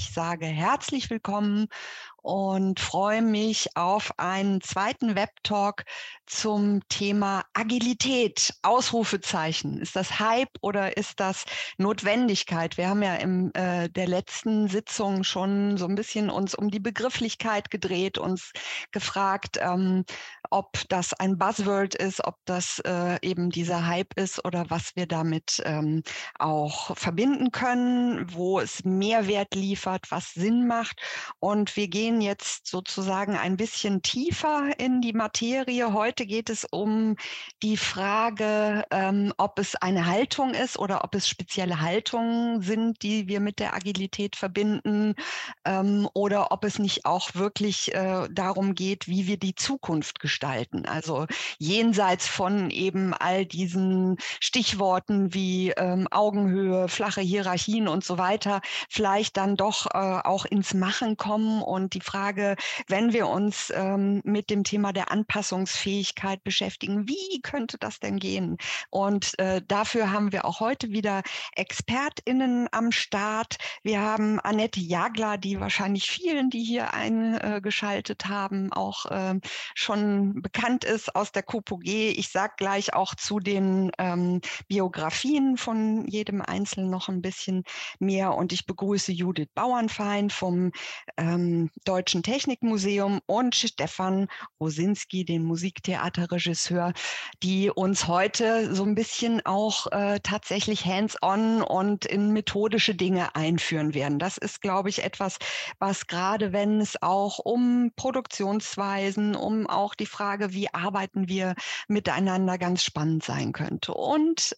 ich sage herzlich willkommen und freue mich auf einen zweiten Webtalk zum Thema Agilität. Ausrufezeichen. Ist das Hype oder ist das Notwendigkeit? Wir haben ja in der letzten Sitzung schon so ein bisschen uns um die Begrifflichkeit gedreht, uns gefragt, ob das ein Buzzword ist, ob das eben dieser Hype ist oder was wir damit auch verbinden können, wo es Mehrwert liefert, was Sinn macht. Und wir gehen jetzt sozusagen ein bisschen tiefer in die Materie. Heute geht es um die Frage, ob es eine Haltung ist oder ob es spezielle Haltungen sind, die wir mit der Agilität verbinden, oder ob es nicht auch wirklich darum geht, wie wir die Zukunft gestalten. Also jenseits von eben all diesen Stichworten wie Augenhöhe, flache Hierarchien und so weiter, vielleicht dann doch auch ins Machen kommen. Und die Frage, wenn wir uns mit dem Thema der Anpassungsfähigkeit beschäftigen, wie könnte das denn gehen? Und dafür haben wir auch heute wieder ExpertInnen am Start. Wir haben Annette Jagler, die wahrscheinlich vielen, die hier eingeschaltet haben, auch schon bekannt ist aus der KOPOG. Ich sage gleich auch zu den Biografien von jedem Einzelnen noch ein bisschen mehr. Und ich begrüße Judith Bauernfein vom Deutschen Technikmuseum und Stefan Rosinski, den Musiktheaterregisseur, die uns heute so ein bisschen auch tatsächlich hands-on und in methodische Dinge einführen werden. Das ist, glaube ich, etwas, was gerade wenn es auch um Produktionsweisen, um auch die Frage, wie arbeiten wir miteinander, ganz spannend sein könnte. Und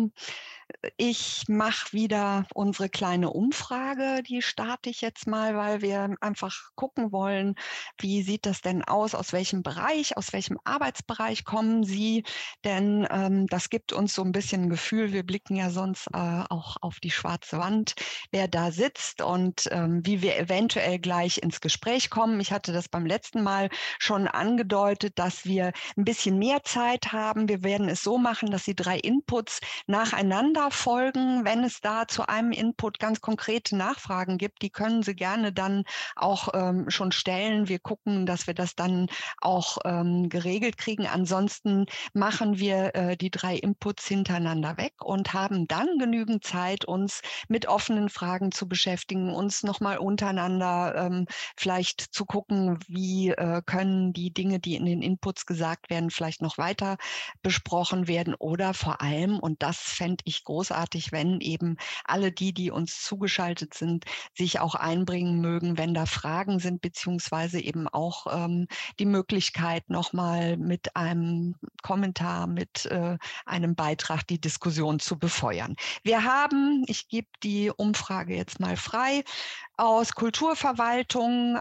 ich mache wieder unsere kleine Umfrage, die starte ich jetzt mal, weil wir einfach gucken wollen, wie sieht das denn aus welchem Bereich, aus welchem Arbeitsbereich kommen Sie? Denn das gibt uns so ein bisschen ein Gefühl, wir blicken ja sonst auch auf die schwarze Wand, wer da sitzt und wie wir eventuell gleich ins Gespräch kommen. Ich hatte das beim letzten Mal schon angedeutet, dass wir ein bisschen mehr Zeit haben. Wir werden es so machen, dass Sie 3 Inputs nacheinander folgen. Wenn es da zu einem Input ganz konkrete Nachfragen gibt, die können Sie gerne dann auch schon stellen. Wir gucken, dass wir das dann auch geregelt kriegen. Ansonsten machen wir die 3 Inputs hintereinander weg und haben dann genügend Zeit, uns mit offenen Fragen zu beschäftigen, uns nochmal untereinander vielleicht zu gucken, wie können die Dinge, die in den Inputs gesagt werden, vielleicht noch weiter besprochen werden oder vor allem, und das fände ich großartig, wenn eben alle die uns zugeschaltet sind, sich auch einbringen mögen, wenn da Fragen sind, beziehungsweise eben auch die Möglichkeit, nochmal mit einem Kommentar, mit einem Beitrag die Diskussion zu befeuern. Wir haben, ich gebe die Umfrage jetzt mal frei, aus Kulturverwaltung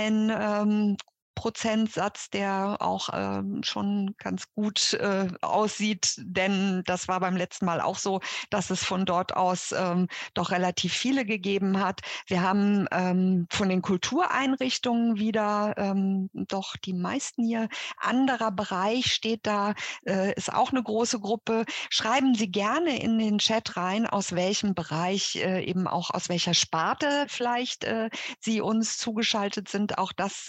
ein Prozentsatz, der auch schon ganz gut aussieht, denn das war beim letzten Mal auch so, dass es von dort aus doch relativ viele gegeben hat. Wir haben von den Kultureinrichtungen wieder doch die meisten hier. Anderer Bereich steht da, ist auch eine große Gruppe. Schreiben Sie gerne in den Chat rein, aus welchem Bereich, eben auch aus welcher Sparte vielleicht Sie uns zugeschaltet sind. Auch das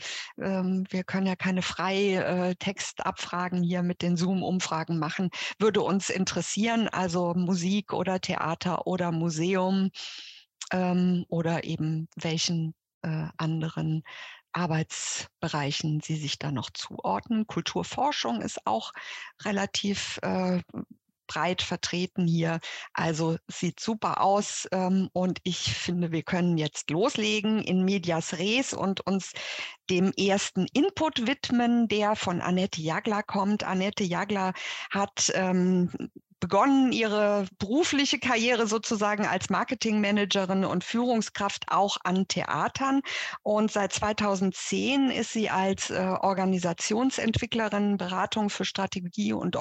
wir können ja keine Freitextabfragen hier mit den Zoom-Umfragen machen. Würde uns interessieren, also Musik oder Theater oder Museum oder eben welchen anderen Arbeitsbereichen Sie sich da noch zuordnen. Kulturforschung ist auch relativ breit vertreten hier. Also sieht super aus und ich finde, wir können jetzt loslegen in medias res und uns dem ersten Input widmen, der von Annette Jagler kommt. Annette Jagler hat begonnen, ihre berufliche Karriere sozusagen als Marketingmanagerin und Führungskraft auch an Theatern. Und seit 2010 ist sie als Organisationsentwicklerin, Beratung für Strategie und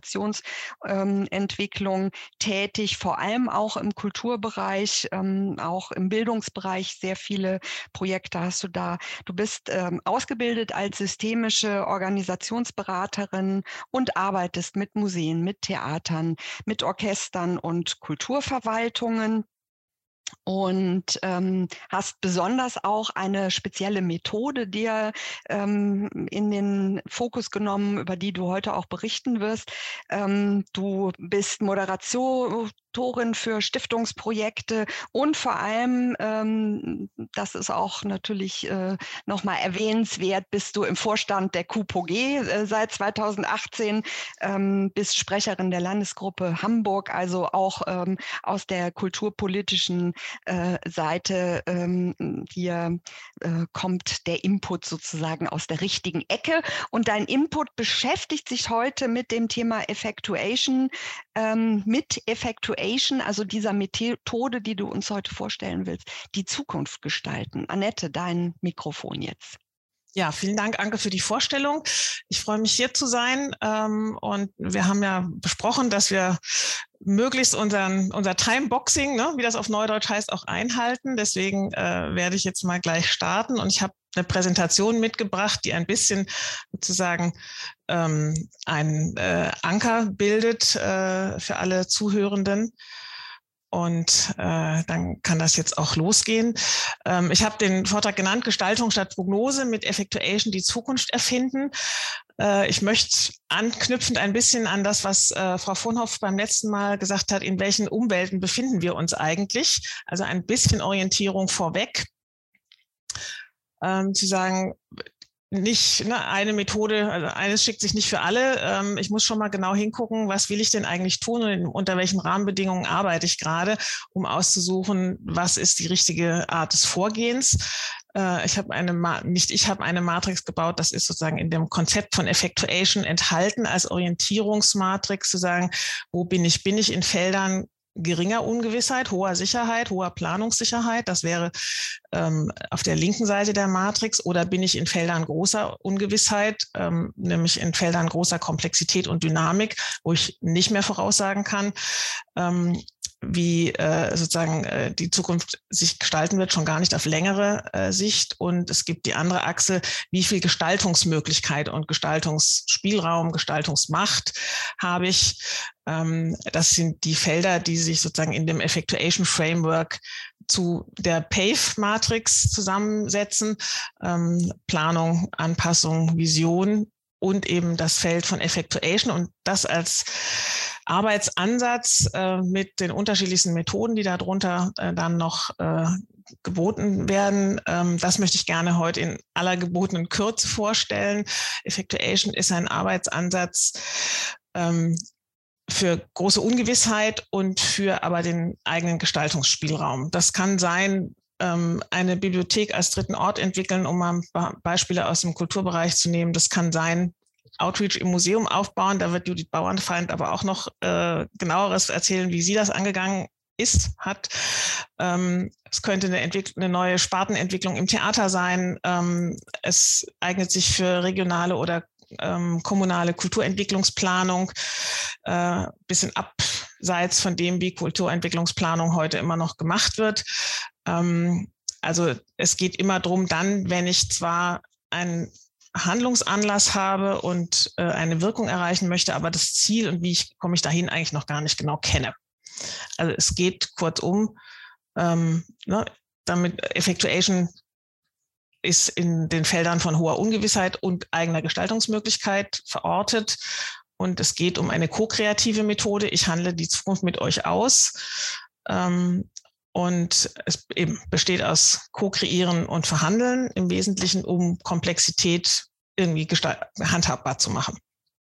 Organisationsentwicklung tätig, vor allem auch im Kulturbereich, auch im Bildungsbereich. Sehr viele Projekte hast du da. Du bist ausgebildet als systemische Organisationsberaterin und arbeitest mit Museen, mit Theatern, mit Orchestern und Kulturverwaltungen. und hast besonders auch eine spezielle Methode dir in den Fokus genommen, über die du heute auch berichten wirst. Du bist Moderatorin für Stiftungsprojekte und vor allem, das ist auch natürlich nochmal erwähnenswert, bist du im Vorstand der KUPOG seit 2018, bist Sprecherin der Landesgruppe Hamburg, also auch aus der kulturpolitischen Seite hier kommt der Input sozusagen aus der richtigen Ecke. Und dein Input beschäftigt sich heute mit dem Thema Effectuation, also dieser Methode, die du uns heute vorstellen willst, die Zukunft gestalten. Annette, dein Mikrofon jetzt. Ja, vielen Dank, Anke, für die Vorstellung. Ich freue mich, hier zu sein. Und wir haben ja besprochen, dass wir möglichst unser Timeboxing, ne, wie das auf Neudeutsch heißt, auch einhalten. Deswegen werde ich jetzt mal gleich starten. Und ich habe eine Präsentation mitgebracht, die ein bisschen sozusagen einen Anker bildet für alle Zuhörenden. Und dann kann das jetzt auch losgehen. Ich habe den Vortrag genannt, Gestaltung statt Prognose, mit Effectuation die Zukunft erfinden. Ich möchte anknüpfend ein bisschen an das, was Frau Vonhoff beim letzten Mal gesagt hat, in welchen Umwelten befinden wir uns eigentlich. Also ein bisschen Orientierung vorweg. Zu sagen, nicht eine Methode, also eines schickt sich nicht für alle. Ich muss schon mal genau hingucken, was will ich denn eigentlich tun und unter welchen Rahmenbedingungen arbeite ich gerade, um auszusuchen, was ist die richtige Art des Vorgehens. Ich habe eine Matrix gebaut, das ist sozusagen in dem Konzept von Effectuation enthalten als Orientierungsmatrix, zu sagen, wo bin ich? Bin ich in Feldern geringer Ungewissheit, hoher Sicherheit, hoher Planungssicherheit, das wäre auf der linken Seite der Matrix, oder bin ich in Feldern großer Ungewissheit, nämlich in Feldern großer Komplexität und Dynamik, wo ich nicht mehr voraussagen kann, wie sozusagen die Zukunft sich gestalten wird, schon gar nicht auf längere Sicht. Und es gibt die andere Achse, wie viel Gestaltungsmöglichkeit und Gestaltungsspielraum, Gestaltungsmacht habe ich. Das sind die Felder, die sich sozusagen in dem Effectuation Framework zu der PAVE-Matrix zusammensetzen. Planung, Anpassung, Vision und eben das Feld von Effectuation, und das als Arbeitsansatz mit den unterschiedlichsten Methoden, die darunter dann noch geboten werden. Das möchte ich gerne heute in aller gebotenen Kürze vorstellen. Effectuation ist ein Arbeitsansatz für große Ungewissheit und für aber den eigenen Gestaltungsspielraum. Das kann sein, eine Bibliothek als dritten Ort entwickeln, um mal Beispiele aus dem Kulturbereich zu nehmen. Das kann sein, Outreach im Museum aufbauen. Da wird Judith Bauernfeind aber auch noch genaueres erzählen, wie sie das angegangen hat. Es könnte eine neue Spartenentwicklung im Theater sein. Es eignet sich für regionale oder kommunale Kulturentwicklungsplanung, bisschen abseits von dem, wie Kulturentwicklungsplanung heute immer noch gemacht wird. Also es geht immer darum, dann, wenn ich zwar einen Handlungsanlass habe und eine Wirkung erreichen möchte, aber das Ziel und komme ich dahin eigentlich noch gar nicht genau kenne. Also es geht kurzum, damit Effectuation ist in den Feldern von hoher Ungewissheit und eigener Gestaltungsmöglichkeit verortet. Und es geht um eine ko-kreative Methode. Ich handle die Zukunft mit euch aus. Und es eben besteht aus Co-Kreieren und Verhandeln, im Wesentlichen, um Komplexität irgendwie handhabbar zu machen.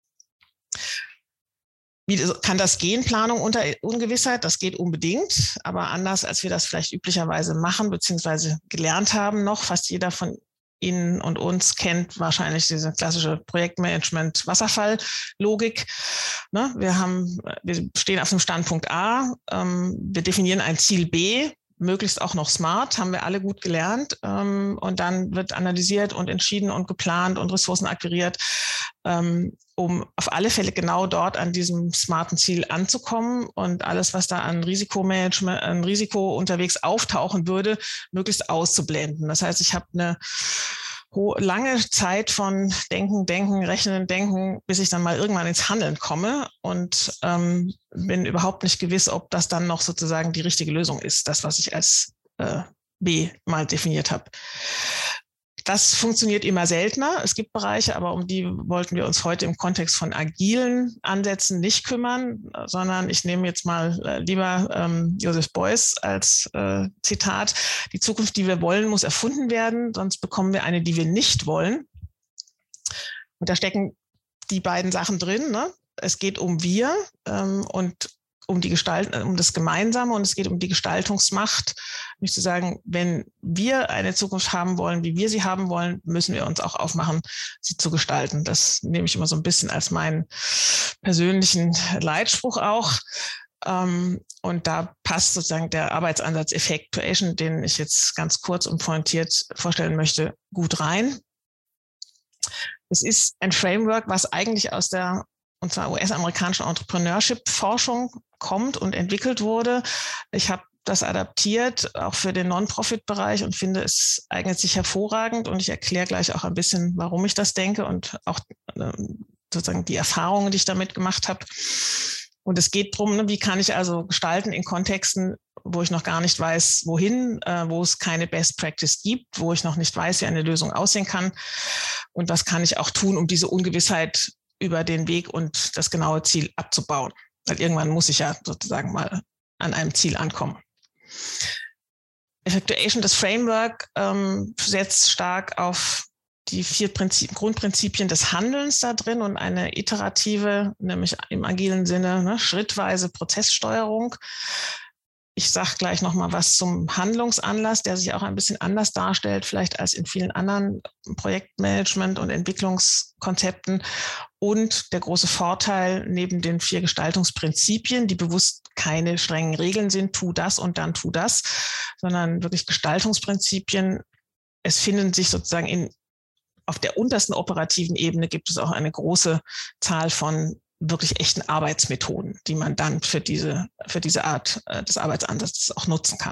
Wie kann das gehen, Planung unter Ungewissheit? Das geht unbedingt, aber anders, als wir das vielleicht üblicherweise machen, beziehungsweise gelernt haben noch. Fast jeder von Ihnen und uns kennt wahrscheinlich diese klassische Projektmanagement-Wasserfall-Logik. Ne? Wir stehen auf dem Standpunkt A, wir definieren ein Ziel B, möglichst auch noch smart, haben wir alle gut gelernt. Und dann wird analysiert und entschieden und geplant und Ressourcen akquiriert, um auf alle Fälle genau dort an diesem smarten Ziel anzukommen und alles, was da an Risikomanagement, an Risiko unterwegs auftauchen würde, möglichst auszublenden. Das heißt, ich habe eine lange Zeit von Denken, Rechnen, bis ich dann mal irgendwann ins Handeln komme und bin überhaupt nicht gewiss, ob das dann noch sozusagen die richtige Lösung ist, das, was ich als B mal definiert habe. Das funktioniert immer seltener. Es gibt Bereiche, aber um die wollten wir uns heute im Kontext von agilen Ansätzen nicht kümmern, sondern ich nehme jetzt mal lieber Joseph Beuys als Zitat: Die Zukunft, die wir wollen, muss erfunden werden, sonst bekommen wir eine, die wir nicht wollen. Und da stecken die beiden Sachen drin, ne? Es geht um wir und um das Gemeinsame, und es geht um die Gestaltungsmacht. Nicht zu sagen, wenn wir eine Zukunft haben wollen, wie wir sie haben wollen, müssen wir uns auch aufmachen, sie zu gestalten. Das nehme ich immer so ein bisschen als meinen persönlichen Leitspruch auch. Und da passt sozusagen der Arbeitsansatz Effectuation, den ich jetzt ganz kurz und pointiert vorstellen möchte, gut rein. Es ist ein Framework, was eigentlich aus der, und zwar US-amerikanischen Entrepreneurship-Forschung kommt und entwickelt wurde. Ich habe das adaptiert, auch für den Non-Profit-Bereich, und finde, es eignet sich hervorragend. Und ich erkläre gleich auch ein bisschen, warum ich das denke und auch sozusagen die Erfahrungen, die ich damit gemacht habe. Und es geht darum, wie kann ich also gestalten in Kontexten, wo ich noch gar nicht weiß, wohin, wo es keine Best Practice gibt, wo ich noch nicht weiß, wie eine Lösung aussehen kann. Und was kann ich auch tun, um diese Ungewissheit über den Weg und das genaue Ziel abzubauen. Weil irgendwann muss ich ja sozusagen mal an einem Ziel ankommen. Effectuation, das Framework, setzt stark auf die 4 Grundprinzipien des Handelns da drin und eine iterative, nämlich im agilen Sinne, schrittweise Prozesssteuerung. Ich sage gleich nochmal was zum Handlungsanlass, der sich auch ein bisschen anders darstellt, vielleicht als in vielen anderen Projektmanagement- und Entwicklungskonzepten. Und der große Vorteil neben den 4 Gestaltungsprinzipien, die bewusst keine strengen Regeln sind, tu das und dann tu das, sondern wirklich Gestaltungsprinzipien. Es finden sich sozusagen auf der untersten operativen Ebene gibt es auch eine große Zahl von wirklich echten Arbeitsmethoden, die man dann für diese Art des Arbeitsansatzes auch nutzen kann.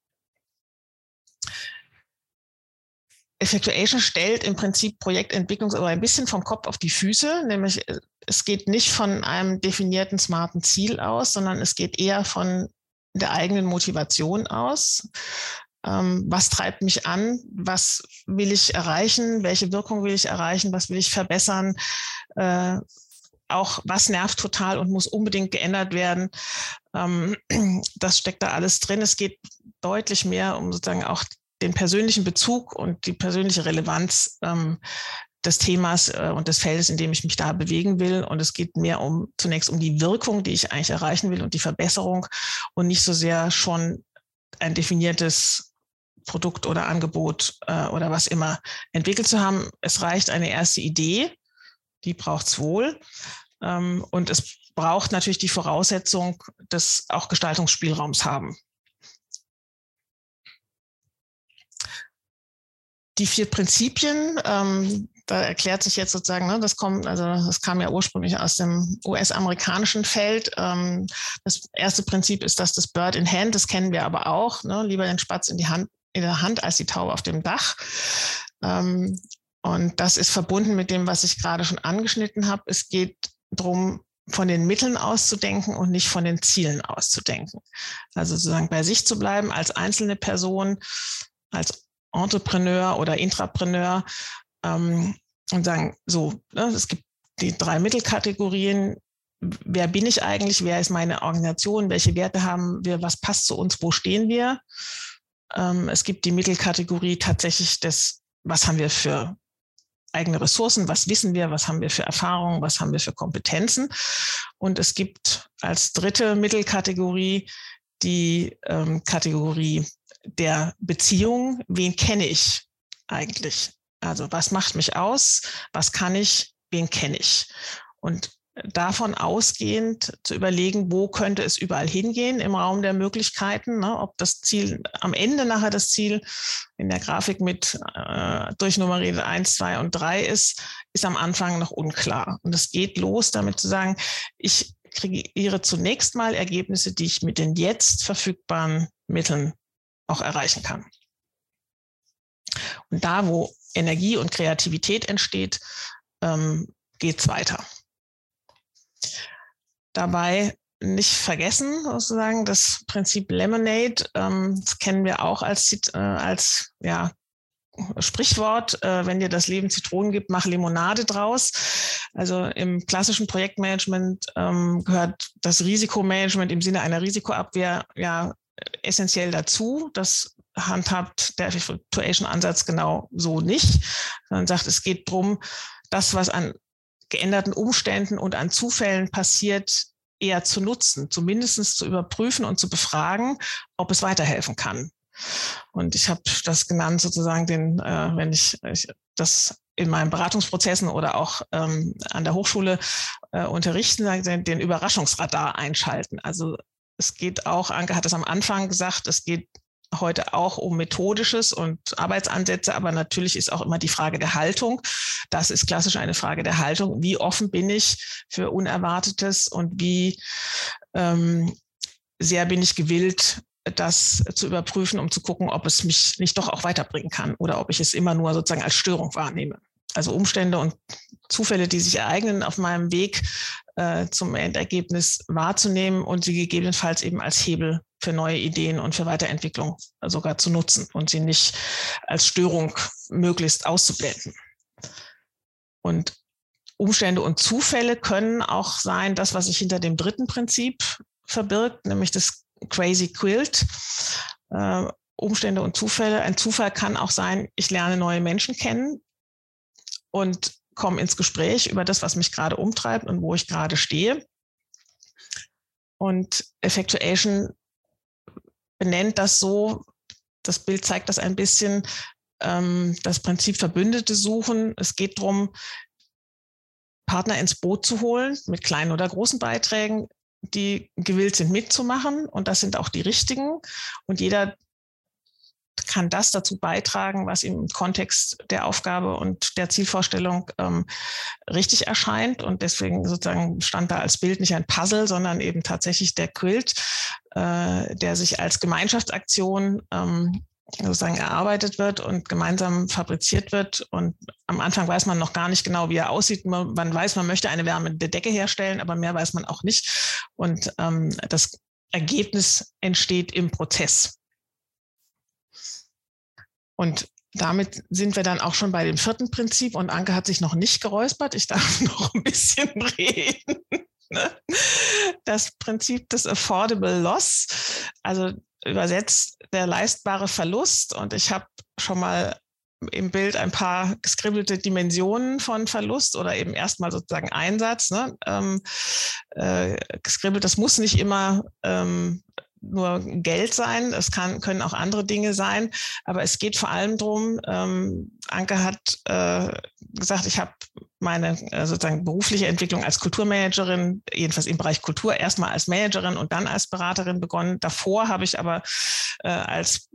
Effectuation stellt im Prinzip Projektentwicklung aber ein bisschen vom Kopf auf die Füße, nämlich es geht nicht von einem definierten smarten Ziel aus, sondern es geht eher von der eigenen Motivation aus. Was treibt mich an? Was will ich erreichen? Welche Wirkung will ich erreichen? Was will ich verbessern? Auch was nervt total und muss unbedingt geändert werden. Das steckt da alles drin. Es geht deutlich mehr um sozusagen auch den persönlichen Bezug und die persönliche Relevanz des Themas und des Feldes, in dem ich mich da bewegen will. Und es geht mehr zunächst um die Wirkung, die ich eigentlich erreichen will, und die Verbesserung, und nicht so sehr schon ein definiertes Produkt oder Angebot oder was immer entwickelt zu haben. Es reicht eine erste Idee, die braucht es wohl. Und es braucht natürlich die Voraussetzung des auch Gestaltungsspielraums haben. Die 4 Prinzipien, da erklärt sich jetzt sozusagen, das kam ja ursprünglich aus dem US-amerikanischen Feld. Das erste Prinzip ist das Bird in Hand, das kennen wir aber auch, lieber den Spatz in der Hand als die Taube auf dem Dach. Und das ist verbunden mit dem, was ich gerade schon angeschnitten habe. Es geht darum, von den Mitteln auszudenken und nicht von den Zielen auszudenken. Also sozusagen bei sich zu bleiben als einzelne Person, als Entrepreneur oder Intrapreneur, und sagen, es gibt die 3 Mittelkategorien. Wer bin ich eigentlich? Wer ist meine Organisation? Welche Werte haben wir? Was passt zu uns? Wo stehen wir? Es gibt die Mittelkategorie tatsächlich was haben wir für eigene Ressourcen, was wissen wir, was haben wir für Erfahrungen, was haben wir für Kompetenzen. Und es gibt als dritte Mittelkategorie die Kategorie der Beziehung. Wen kenne ich eigentlich? Also was macht mich aus? Was kann ich? Wen kenne ich? Und davon ausgehend zu überlegen, wo könnte es überall hingehen im Raum der Möglichkeiten, ob das Ziel am Ende nachher das Ziel in der Grafik mit durchnummeriert 1, 2 und 3 ist am Anfang noch unklar. Und es geht los damit zu sagen, ich kreiere zunächst mal Ergebnisse, die ich mit den jetzt verfügbaren Mitteln auch erreichen kann. Und da, wo Energie und Kreativität entsteht, geht es weiter. Dabei nicht vergessen, sozusagen, das Prinzip Lemonade, das kennen wir auch als Sprichwort, wenn dir das Leben Zitronen gibt, mach Limonade draus. Also im klassischen Projektmanagement gehört das Risikomanagement im Sinne einer Risikoabwehr ja essentiell dazu. Das handhabt der Effectuation-Ansatz genau so nicht, sondern sagt, es geht darum, das, was an geänderten Umständen und an Zufällen passiert, eher zu nutzen, zumindest zu überprüfen und zu befragen, ob es weiterhelfen kann. Und ich habe das genannt sozusagen, wenn ich das in meinen Beratungsprozessen oder auch an der Hochschule unterrichten, den Überraschungsradar einschalten. Also es geht auch, Anke hat es am Anfang gesagt, es geht heute auch um Methodisches und Arbeitsansätze, aber natürlich ist auch immer die Frage der Haltung. Das ist klassisch eine Frage der Haltung. Wie offen bin ich für Unerwartetes und wie sehr bin ich gewillt, das zu überprüfen, um zu gucken, ob es mich nicht doch auch weiterbringen kann oder ob ich es immer nur sozusagen als Störung wahrnehme. Also Umstände und Zufälle, die sich ereignen auf meinem Weg zum Endergebnis wahrzunehmen und sie gegebenenfalls eben als Hebel für neue Ideen und für Weiterentwicklung sogar zu nutzen und sie nicht als Störung möglichst auszublenden. Und Umstände und Zufälle können auch sein, das, was sich hinter dem dritten Prinzip verbirgt, nämlich das Crazy Quilt. Umstände und Zufälle. Ein Zufall kann auch sein, ich lerne neue Menschen kennen und komme ins Gespräch über das, was mich gerade umtreibt und wo ich gerade stehe. Und Effectuation benennt das so, das Bild zeigt das ein bisschen, das Prinzip Verbündete suchen. Es geht darum, Partner ins Boot zu holen mit kleinen oder großen Beiträgen, die gewillt sind mitzumachen, und das sind auch die richtigen, und jeder kann das dazu beitragen, was ihm im Kontext der Aufgabe und der Zielvorstellung richtig erscheint, und deswegen sozusagen stand da als Bild nicht ein Puzzle, sondern eben tatsächlich der Quilt, der sich als Gemeinschaftsaktion sozusagen erarbeitet wird und gemeinsam fabriziert wird. Und am Anfang weiß man noch gar nicht genau, wie er aussieht. Man weiß, man möchte eine wärmende Decke herstellen, aber mehr weiß man auch nicht. Und das Ergebnis entsteht im Prozess. Und damit sind wir dann auch schon bei dem vierten Prinzip. Und Anke hat sich noch nicht geräuspert. Ich darf noch ein bisschen reden. Das Prinzip des Affordable Loss, also übersetzt der leistbare Verlust. Und ich habe schon mal im Bild ein paar geskribbelte Dimensionen von Verlust oder eben erstmal sozusagen Einsatz. Geskribbelt, das muss nicht immer nur Geld sein, es können auch andere Dinge sein, aber es geht vor allem darum, Anke hat gesagt, ich habe meine sozusagen berufliche Entwicklung als Kulturmanagerin, jedenfalls im Bereich Kultur, erstmal als Managerin und dann als Beraterin begonnen. Davor habe ich aber als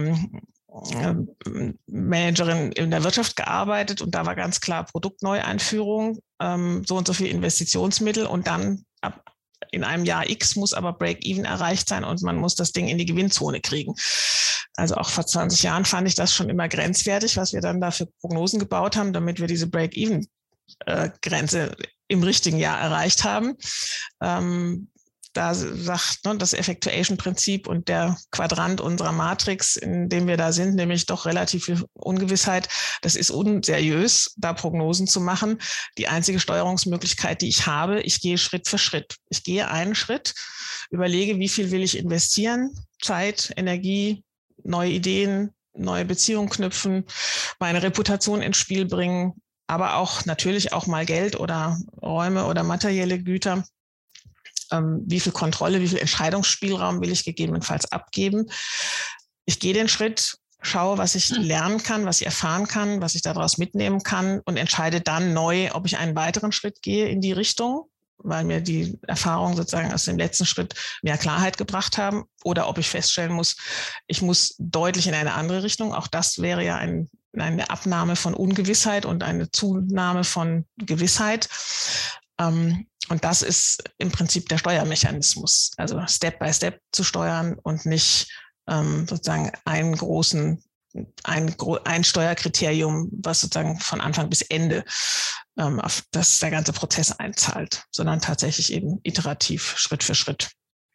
Managerin in der Wirtschaft gearbeitet, und da war ganz klar Produktneueinführung, so und so viel Investitionsmittel, und dann in einem Jahr X muss aber Break-Even erreicht sein und man muss das Ding in die Gewinnzone kriegen. Also auch vor 20 Jahren fand ich das schon immer grenzwertig, was wir dann da für Prognosen gebaut haben, damit wir diese Break-Even-Grenze im richtigen Jahr erreicht haben. Da sagt das Effectuation-Prinzip und der Quadrant unserer Matrix, in dem wir da sind, nämlich doch relativ viel Ungewissheit. Das ist unseriös, da Prognosen zu machen. Die einzige Steuerungsmöglichkeit, die ich habe, ich gehe Schritt für Schritt. Ich gehe einen Schritt, überlege, wie viel will ich investieren, Zeit, Energie, neue Ideen, neue Beziehungen knüpfen, meine Reputation ins Spiel bringen, aber auch natürlich auch mal Geld oder Räume oder materielle Güter. Wie viel Kontrolle, wie viel Entscheidungsspielraum will ich gegebenenfalls abgeben. Ich gehe den Schritt, schaue, was ich lernen kann, was ich erfahren kann, was ich daraus mitnehmen kann, und entscheide dann neu, ob ich einen weiteren Schritt gehe in die Richtung, weil mir die Erfahrungen sozusagen aus dem letzten Schritt mehr Klarheit gebracht haben, oder ob ich feststellen muss, ich muss deutlich in eine andere Richtung. Auch das wäre ja eine Abnahme von Ungewissheit und eine Zunahme von Gewissheit. Und das ist im Prinzip der Steuermechanismus, also Step by Step zu steuern und nicht sozusagen einen großen ein Steuerkriterium, was sozusagen von Anfang bis Ende auf das der ganze Prozess einzahlt, sondern tatsächlich eben iterativ, Schritt für Schritt.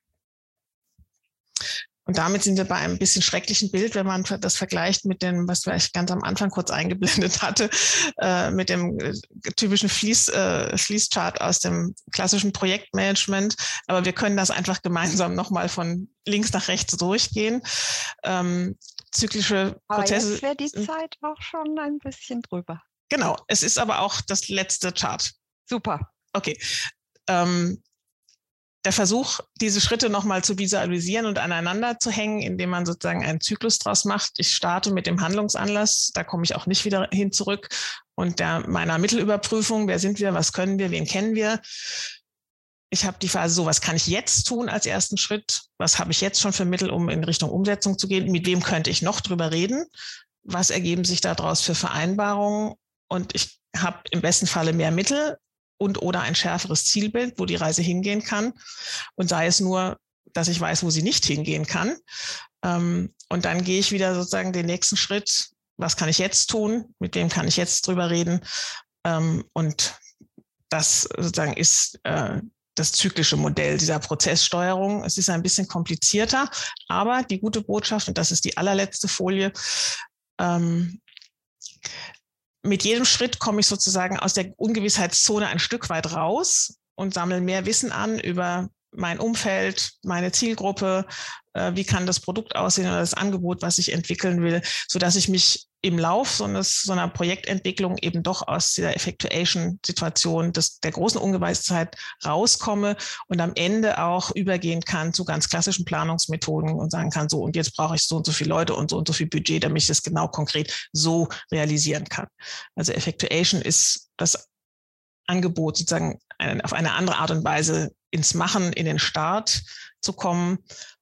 Und damit sind wir bei einem bisschen schrecklichen Bild, wenn man das vergleicht mit dem, was ich ganz am Anfang kurz eingeblendet hatte, mit dem typischen Fließchart aus dem klassischen Projektmanagement. Aber wir können das einfach gemeinsam nochmal von links nach rechts durchgehen. Zyklische Prozesse. Aber jetzt wäre die Zeit auch schon ein bisschen drüber. Genau, es ist aber auch das letzte Chart. Super. Okay. Der Versuch, diese Schritte nochmal zu visualisieren und aneinander zu hängen, indem man sozusagen einen Zyklus draus macht. Ich starte mit dem Handlungsanlass, da komme ich auch nicht wieder hin zurück. Und meiner Mittelüberprüfung, wer sind wir, was können wir, wen kennen wir. Ich habe die Phase so, was kann ich jetzt tun als ersten Schritt? Was habe ich jetzt schon für Mittel, um in Richtung Umsetzung zu gehen? Mit wem könnte ich noch drüber reden? Was ergeben sich daraus für Vereinbarungen? Und ich habe im besten Falle mehr Mittel und oder ein schärferes Zielbild, wo die Reise hingehen kann. Und sei es nur, dass ich weiß, wo sie nicht hingehen kann. Und dann gehe ich wieder sozusagen den nächsten Schritt. Was kann ich jetzt tun? Mit wem kann ich jetzt drüber reden? Und das sozusagen ist das zyklische Modell dieser Prozesssteuerung. Es ist ein bisschen komplizierter, aber die gute Botschaft, und das ist die allerletzte Folie, mit jedem Schritt komme ich sozusagen aus der Ungewissheitszone ein Stück weit raus und sammle mehr Wissen an über mein Umfeld, meine Zielgruppe, wie kann das Produkt aussehen oder das Angebot, was ich entwickeln will, sodass ich mich im Lauf so einer Projektentwicklung eben doch aus dieser Effectuation-Situation der großen Ungewissheit rauskomme und am Ende auch übergehen kann zu ganz klassischen Planungsmethoden und sagen kann, so und jetzt brauche ich so und so viele Leute und so viel Budget, damit ich das genau konkret so realisieren kann. Also Effectuation ist das Angebot sozusagen auf eine andere Art und Weise ins Machen, in den Start zu kommen.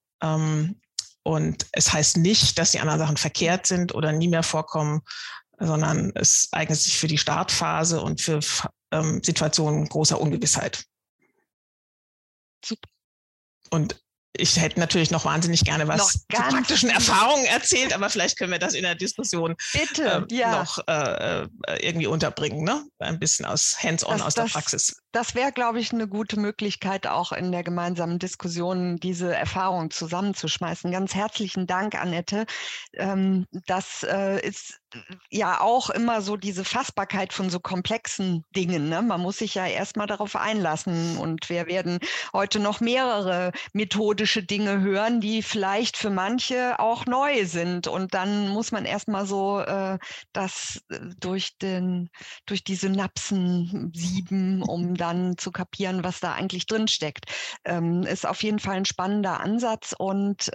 Und es heißt nicht, dass die anderen Sachen verkehrt sind oder nie mehr vorkommen, sondern es eignet sich für die Startphase und für Situationen großer Ungewissheit. Super. Und ich hätte natürlich noch wahnsinnig gerne was zu praktischen Erfahrungen erzählt, aber vielleicht können wir das in der Diskussion noch irgendwie unterbringen, ne? Ein bisschen hands-on aus der Praxis. Das wäre, glaube ich, eine gute Möglichkeit, auch in der gemeinsamen Diskussion diese Erfahrung zusammenzuschmeißen. Ganz herzlichen Dank, Annette. Das ist ja auch immer so diese Fassbarkeit von so komplexen Dingen, ne? Man muss sich ja erstmal darauf einlassen und wir werden heute noch mehrere methodische Dinge hören, die vielleicht für manche auch neu sind und dann muss man erstmal so das durch die Synapsen sieben, um dann zu kapieren, was da eigentlich drin steckt. Ist auf jeden Fall ein spannender Ansatz und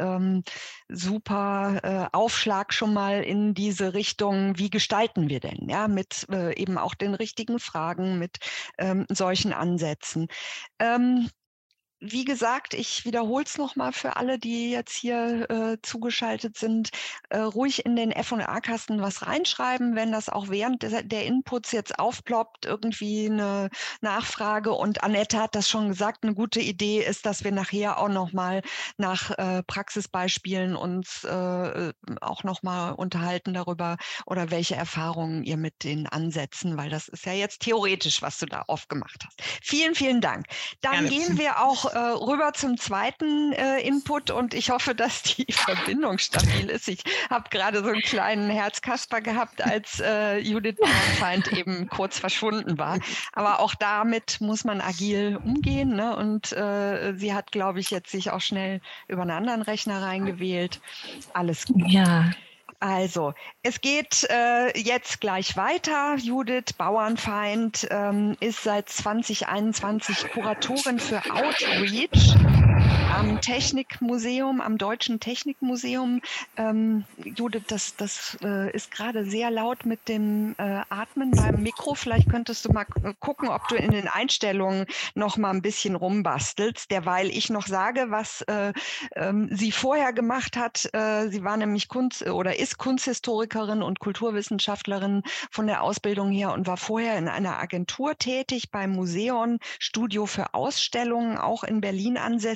super Aufschlag schon mal in diese Richtung, wie gestalten wir denn, ja, mit eben auch den richtigen Fragen, mit solchen Ansätzen. Wie gesagt, ich wiederhole es nochmal für alle, die jetzt hier zugeschaltet sind, ruhig in den F&A-Kasten was reinschreiben, wenn das auch während der Inputs jetzt aufploppt, irgendwie eine Nachfrage. Und Annette hat das schon gesagt, eine gute Idee ist, dass wir nachher auch nochmal nach Praxisbeispielen uns auch nochmal unterhalten darüber oder welche Erfahrungen ihr mit den Ansätzen, weil das ist ja jetzt theoretisch, was du da aufgemacht hast. Vielen, vielen Dank. Dann gehen wir auch rüber zum zweiten Input und ich hoffe, dass die Verbindung stabil ist. Ich habe gerade so einen kleinen Herzkasper gehabt, als Judith Bauernfeind eben kurz verschwunden war. Aber auch damit muss man agil umgehen, ne? Und sie hat, glaube ich, jetzt sich auch schnell über einen anderen Rechner reingewählt. Alles gut. Ja. Also, es geht jetzt gleich weiter. Judith Bauernfeind ist seit 2021 Kuratorin für Outreach am Technikmuseum, am Deutschen Technikmuseum. Judith, das ist gerade sehr laut mit dem Atmen beim Mikro. Vielleicht könntest du mal gucken, ob du in den Einstellungen noch mal ein bisschen rumbastelst, derweil ich noch sage, was sie vorher gemacht hat. Sie war nämlich ist Kunsthistorikerin und Kulturwissenschaftlerin von der Ausbildung her und war vorher in einer Agentur tätig beim Museum Studio für Ausstellungen, auch in Berlin ansässig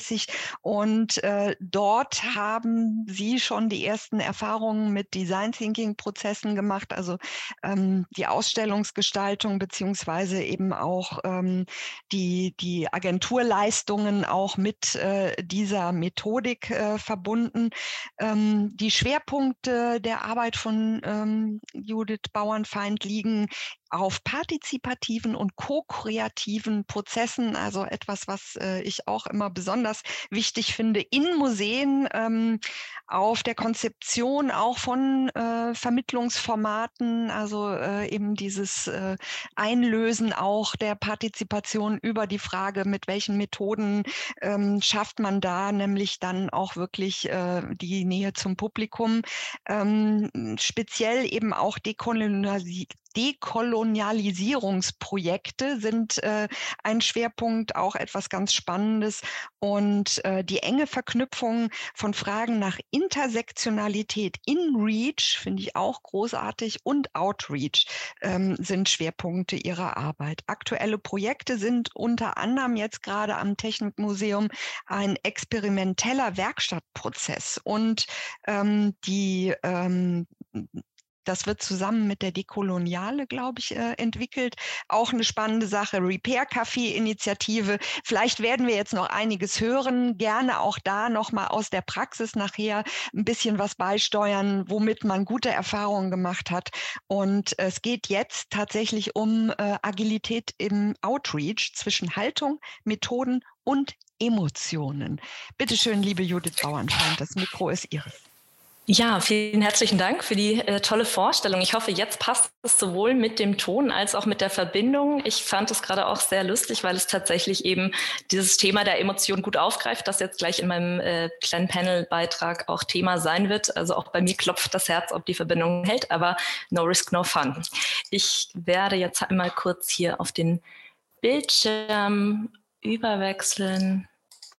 Und dort haben Sie schon die ersten Erfahrungen mit Design Thinking Prozessen gemacht, also die Ausstellungsgestaltung beziehungsweise eben auch die Agenturleistungen auch mit dieser Methodik verbunden. Die Schwerpunkte der Arbeit von Judith Bauernfeind liegen auf partizipativen und ko-kreativen Prozessen, also etwas, was ich auch immer besonders wichtig finde, in Museen, auf der Konzeption auch von Vermittlungsformaten, also eben dieses Einlösen auch der Partizipation über die Frage, mit welchen Methoden schafft man da nämlich dann auch wirklich die Nähe zum Publikum, speziell eben auch Dekolonialisierungsprojekte sind ein Schwerpunkt, auch etwas ganz Spannendes. Und die enge Verknüpfung von Fragen nach Intersektionalität in Reach finde ich auch großartig und Outreach sind Schwerpunkte ihrer Arbeit. Aktuelle Projekte sind unter anderem jetzt gerade am Technikmuseum ein experimenteller Werkstattprozess und das wird zusammen mit der Dekoloniale, glaube ich, entwickelt. Auch eine spannende Sache. Repair-Café-Initiative. Vielleicht werden wir jetzt noch einiges hören. Gerne auch da nochmal aus der Praxis nachher ein bisschen was beisteuern, womit man gute Erfahrungen gemacht hat. Und es geht jetzt tatsächlich um Agilität im Outreach zwischen Haltung, Methoden und Emotionen. Bitte schön, liebe Judith Bauernfeind, das Mikro ist Ihres. Ja, vielen herzlichen Dank für die tolle Vorstellung. Ich hoffe, jetzt passt es sowohl mit dem Ton als auch mit der Verbindung. Ich fand es gerade auch sehr lustig, weil es tatsächlich eben dieses Thema der Emotion gut aufgreift, das jetzt gleich in meinem kleinen Panelbeitrag auch Thema sein wird. Also auch bei mir klopft das Herz, ob die Verbindung hält, aber no risk, no fun. Ich werde jetzt einmal kurz hier auf den Bildschirm überwechseln.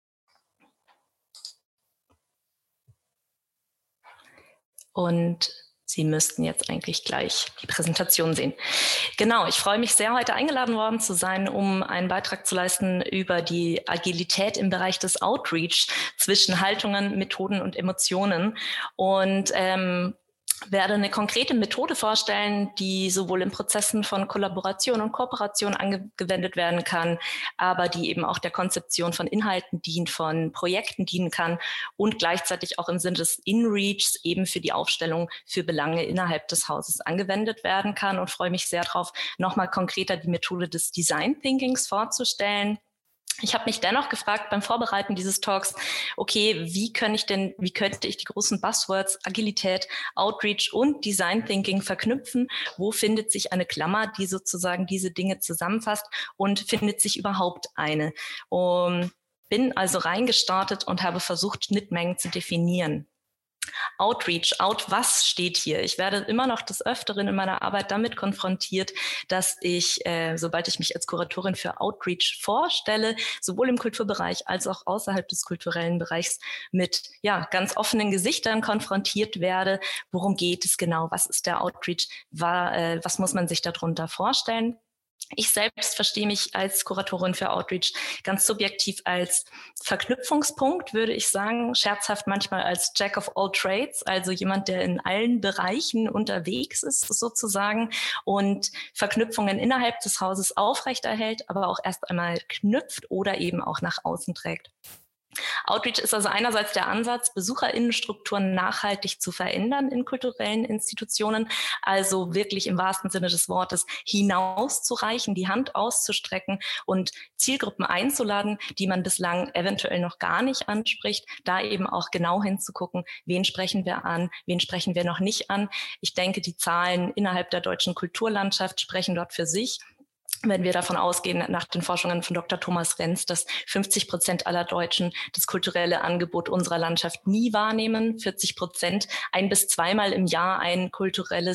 Und Sie müssten jetzt eigentlich gleich die Präsentation sehen. Genau, ich freue mich sehr, heute eingeladen worden zu sein, um einen Beitrag zu leisten über die Agilität im Bereich des Outreach zwischen Haltungen, Methoden und Emotionen. Und werde eine konkrete Methode vorstellen, die sowohl in Prozessen von Kollaboration und Kooperation angewendet werden kann, aber die eben auch der Konzeption von Inhalten dient, von Projekten dienen kann und gleichzeitig auch im Sinne des In-Reachs eben für die Aufstellung für Belange innerhalb des Hauses angewendet werden kann und freue mich sehr darauf, nochmal konkreter die Methode des Design Thinkings vorzustellen. Ich habe mich dennoch gefragt beim Vorbereiten dieses Talks, okay, wie könnte ich die großen Buzzwords Agilität, Outreach und Design Thinking verknüpfen? Wo findet sich eine Klammer, die sozusagen diese Dinge zusammenfasst und findet sich überhaupt eine? Bin also reingestartet und habe versucht, Schnittmengen zu definieren. Outreach, was steht hier? Ich werde immer noch des Öfteren in meiner Arbeit damit konfrontiert, dass ich, sobald ich mich als Kuratorin für Outreach vorstelle, sowohl im Kulturbereich als auch außerhalb des kulturellen Bereichs mit ganz offenen Gesichtern konfrontiert werde. Worum geht es genau? Was ist der Outreach? Was muss man sich darunter vorstellen? Ich selbst verstehe mich als Kuratorin für Outreach ganz subjektiv als Verknüpfungspunkt, würde ich sagen, scherzhaft manchmal als Jack of all trades, also jemand, der in allen Bereichen unterwegs ist sozusagen und Verknüpfungen innerhalb des Hauses aufrechterhält, aber auch erst einmal knüpft oder eben auch nach außen trägt. Outreach ist also einerseits der Ansatz, BesucherInnenstrukturen nachhaltig zu verändern in kulturellen Institutionen, also wirklich im wahrsten Sinne des Wortes hinauszureichen, die Hand auszustrecken und Zielgruppen einzuladen, die man bislang eventuell noch gar nicht anspricht, da eben auch genau hinzugucken, wen sprechen wir an, wen sprechen wir noch nicht an. Ich denke, die Zahlen innerhalb der deutschen Kulturlandschaft sprechen dort für sich. Wenn wir davon ausgehen, nach den Forschungen von Dr. Thomas Renz, dass 50% aller Deutschen das kulturelle Angebot unserer Landschaft nie wahrnehmen, 40% ein- bis zweimal im Jahr eine kulturelle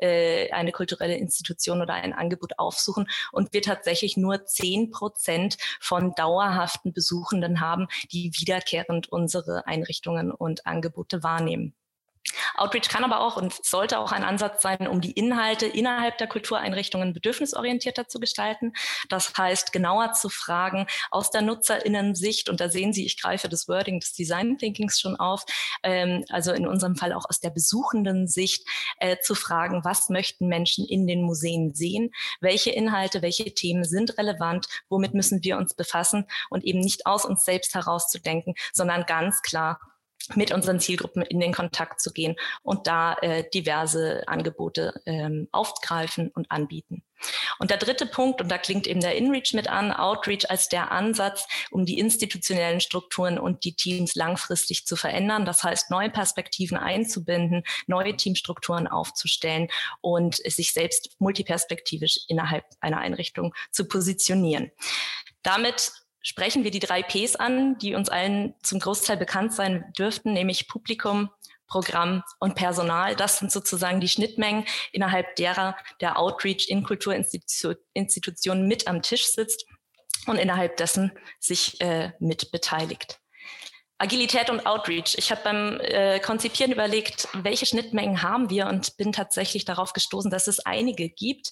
Institution oder ein Angebot aufsuchen und wir tatsächlich nur 10% von dauerhaften Besuchenden haben, die wiederkehrend unsere Einrichtungen und Angebote wahrnehmen. Outreach kann aber auch und sollte auch ein Ansatz sein, um die Inhalte innerhalb der Kultureinrichtungen bedürfnisorientierter zu gestalten. Das heißt, genauer zu fragen aus der NutzerInnen-Sicht, und da sehen Sie, ich greife das Wording des Design Thinkings schon auf, also in unserem Fall auch aus der besuchenden Sicht, zu fragen, was möchten Menschen in den Museen sehen, welche Inhalte, welche Themen sind relevant, womit müssen wir uns befassen und eben nicht aus uns selbst herauszudenken, sondern ganz klar mit unseren Zielgruppen in den Kontakt zu gehen und da diverse Angebote aufgreifen und anbieten. Und der dritte Punkt, und da klingt eben der InReach mit an, Outreach als der Ansatz, um die institutionellen Strukturen und die Teams langfristig zu verändern. Das heißt, neue Perspektiven einzubinden, neue Teamstrukturen aufzustellen und sich selbst multiperspektivisch innerhalb einer Einrichtung zu positionieren. Damit sprechen wir die 3 Ps an, die uns allen zum Großteil bekannt sein dürften, nämlich Publikum, Programm und Personal. Das sind sozusagen die Schnittmengen, innerhalb derer der Outreach in Kulturinstitutionen mit am Tisch sitzt und innerhalb dessen sich mit beteiligt. Agilität und Outreach. Ich habe beim Konzipieren überlegt, welche Schnittmengen haben wir, und bin tatsächlich darauf gestoßen, dass es einige gibt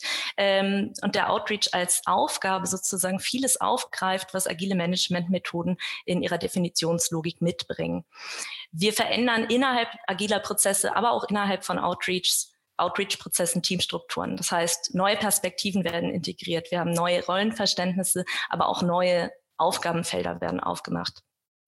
und der Outreach als Aufgabe sozusagen vieles aufgreift, was agile Managementmethoden in ihrer Definitionslogik mitbringen. Wir verändern innerhalb agiler Prozesse, aber auch innerhalb von Outreach-Prozessen, Teamstrukturen. Das heißt, neue Perspektiven werden integriert, wir haben neue Rollenverständnisse, aber auch neue Aufgabenfelder werden aufgemacht.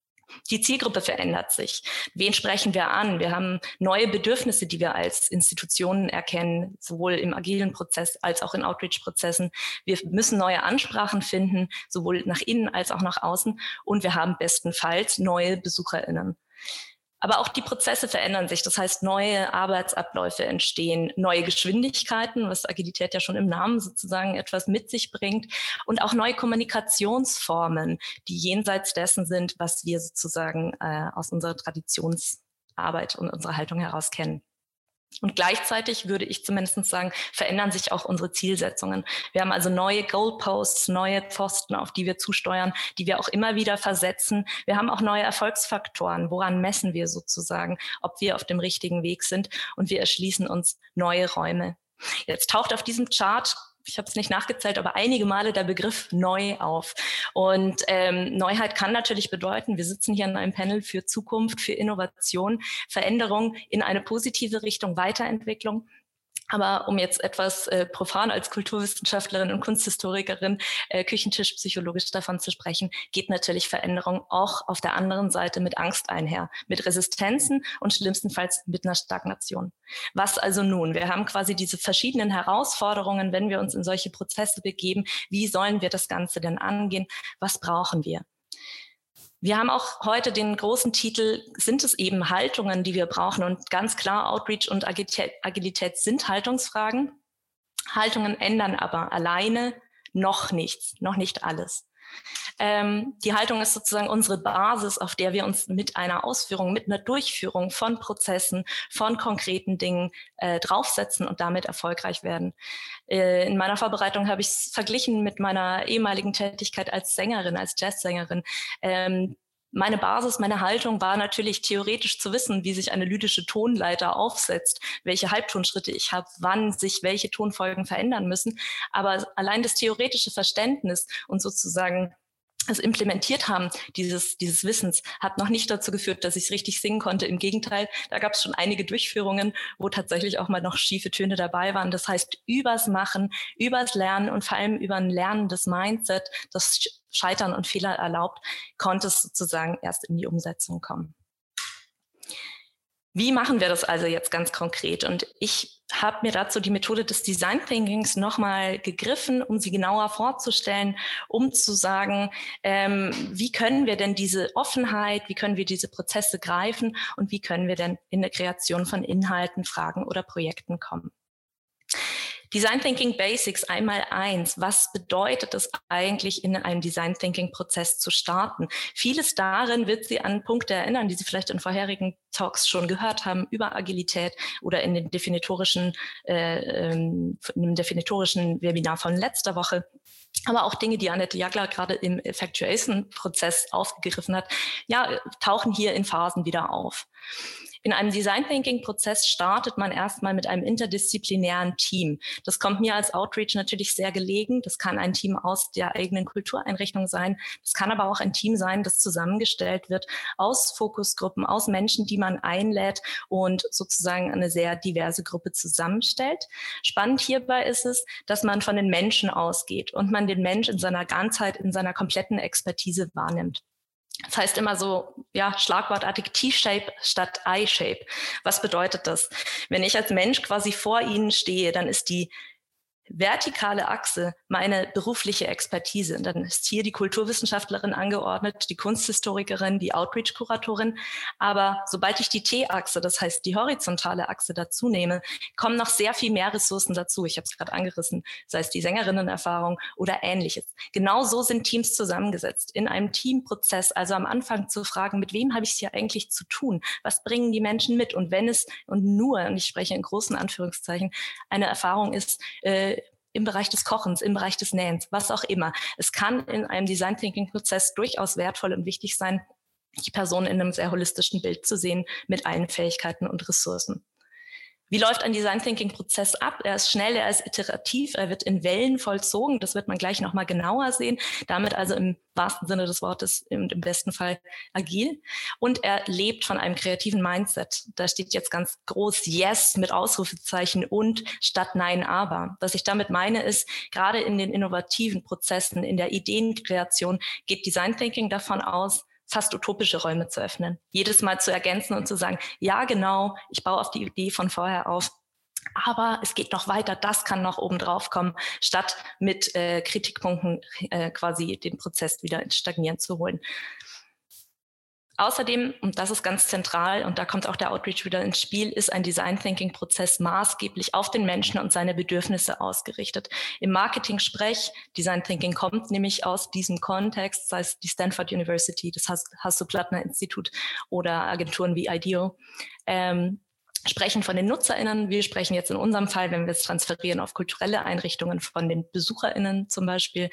Die Zielgruppe verändert sich. Wen sprechen wir an? Wir haben neue Bedürfnisse, die wir als Institutionen erkennen, sowohl im agilen Prozess als auch in Outreach-Prozessen. Wir müssen neue Ansprachen finden, sowohl nach innen als auch nach außen. Und wir haben bestenfalls neue BesucherInnen. Aber auch die Prozesse verändern sich. Das heißt, neue Arbeitsabläufe entstehen, neue Geschwindigkeiten, was Agilität ja schon im Namen sozusagen etwas mit sich bringt, und auch neue Kommunikationsformen, die jenseits dessen sind, was wir sozusagen aus unserer Traditionsarbeit und unserer Haltung heraus kennen. Und gleichzeitig würde ich zumindest sagen, verändern sich auch unsere Zielsetzungen. Wir haben also neue Goalposts, neue Pfosten, auf die wir zusteuern, die wir auch immer wieder versetzen. Wir haben auch neue Erfolgsfaktoren. Woran messen wir sozusagen, ob wir auf dem richtigen Weg sind? Und wir erschließen uns neue Räume. Jetzt taucht auf diesem Chart, ich habe es nicht nachgezählt, aber einige Male der Begriff neu auf. Und Neuheit kann natürlich bedeuten, wir sitzen hier in einem Panel für Zukunft, für Innovation, Veränderung in eine positive Richtung, Weiterentwicklung. Aber um jetzt etwas profan als Kulturwissenschaftlerin und Kunsthistorikerin küchentischpsychologisch davon zu sprechen, geht natürlich Veränderung auch auf der anderen Seite mit Angst einher, mit Resistenzen und schlimmstenfalls mit einer Stagnation. Was also nun? Wir haben quasi diese verschiedenen Herausforderungen, wenn wir uns in solche Prozesse begeben. Wie sollen wir das Ganze denn angehen? Was brauchen wir? Wir haben auch heute den großen Titel, sind es eben Haltungen, die wir brauchen? Und ganz klar, Outreach und Agilität sind Haltungsfragen. Haltungen ändern aber alleine noch nichts, noch nicht alles. Die Haltung ist sozusagen unsere Basis, auf der wir uns mit einer Ausführung, mit einer Durchführung von Prozessen, von konkreten Dingen draufsetzen und damit erfolgreich werden. In meiner Vorbereitung habe ich es verglichen mit meiner ehemaligen Tätigkeit als Sängerin, als Jazzsängerin. Meine Basis, meine Haltung war natürlich theoretisch zu wissen, wie sich eine lydische Tonleiter aufsetzt, welche Halbtonschritte ich habe, wann sich welche Tonfolgen verändern müssen. Aber allein das theoretische Verständnis und sozusagen das implementiert haben, dieses Wissens, hat noch nicht dazu geführt, dass ich es richtig singen konnte. Im Gegenteil, da gab es schon einige Durchführungen, wo tatsächlich auch mal noch schiefe Töne dabei waren. Das heißt, übers Machen, übers Lernen und vor allem über ein lernendes Mindset, das Scheitern und Fehler erlaubt, konnte es sozusagen erst in die Umsetzung kommen. Wie machen wir das also jetzt ganz konkret? Und ich habe mir dazu die Methode des Design Thinkings nochmal gegriffen, um sie genauer vorzustellen, um zu sagen, wie können wir denn diese Offenheit, wie können wir diese Prozesse greifen und wie können wir denn in der Kreation von Inhalten, Fragen oder Projekten kommen. Design Thinking Basics einmal 1. Was bedeutet es eigentlich, in einem Design Thinking Prozess zu starten? Vieles darin wird Sie an Punkte erinnern, die Sie vielleicht in vorherigen Talks schon gehört haben über Agilität oder in dem definitorischen Webinar von letzter Woche. Aber auch Dinge, die Annette Jagler gerade im Effectuation-Prozess aufgegriffen hat, ja, tauchen hier in Phasen wieder auf. In einem Design Thinking Prozess startet man erstmal mit einem interdisziplinären Team. Das kommt mir als Outreach natürlich sehr gelegen. Das kann ein Team aus der eigenen Kultureinrichtung sein. Das kann aber auch ein Team sein, das zusammengestellt wird aus Fokusgruppen, aus Menschen, die man einlädt und sozusagen eine sehr diverse Gruppe zusammenstellt. Spannend hierbei ist es, dass man von den Menschen ausgeht und man den Mensch in seiner Ganzheit, in seiner kompletten Expertise wahrnimmt. Das heißt immer so, ja, schlagwortartig T-Shape statt I-Shape. Was bedeutet das? Wenn ich als Mensch quasi vor Ihnen stehe, dann ist die vertikale Achse meine berufliche Expertise. Dann ist hier die Kulturwissenschaftlerin angeordnet, die Kunsthistorikerin, die Outreach-Kuratorin. Aber sobald ich die T-Achse, das heißt die horizontale Achse dazu nehme, kommen noch sehr viel mehr Ressourcen dazu. Ich habe es gerade angerissen, sei es die Sängerinnenerfahrung oder Ähnliches. Genau so sind Teams zusammengesetzt. In einem Teamprozess, also am Anfang zu fragen, mit wem habe ich es hier eigentlich zu tun? Was bringen die Menschen mit? Und wenn es, und nur, und ich spreche in großen Anführungszeichen, eine Erfahrung ist, im Bereich des Kochens, im Bereich des Nähens, was auch immer. Es kann in einem Design-Thinking-Prozess durchaus wertvoll und wichtig sein, die Person in einem sehr holistischen Bild zu sehen mit allen Fähigkeiten und Ressourcen. Wie läuft ein Design-Thinking-Prozess ab? Er ist schnell, er ist iterativ, er wird in Wellen vollzogen. Das wird man gleich nochmal genauer sehen. Damit also im wahrsten Sinne des Wortes im besten Fall agil. Und er lebt von einem kreativen Mindset. Da steht jetzt ganz groß Yes mit Ausrufezeichen und statt Nein, aber. Was ich damit meine ist, gerade in den innovativen Prozessen, in der Ideenkreation geht Design-Thinking davon aus, fast utopische Räume zu öffnen. Jedes Mal zu ergänzen und zu sagen, ja genau, ich baue auf die Idee von vorher auf, aber es geht noch weiter, das kann noch oben drauf kommen, statt mit Kritikpunkten quasi den Prozess wieder ins Stagnieren zu holen. Außerdem, und das ist ganz zentral, und da kommt auch der Outreach wieder ins Spiel, ist ein Design-Thinking-Prozess maßgeblich auf den Menschen und seine Bedürfnisse ausgerichtet. Im Marketing-Sprech, Design-Thinking kommt nämlich aus diesem Kontext, sei es die Stanford University, das Hasso-Plattner-Institut oder Agenturen wie IDEO, sprechen von den NutzerInnen. Wir sprechen jetzt in unserem Fall, wenn wir es transferieren auf kulturelle Einrichtungen, von den BesucherInnen zum Beispiel.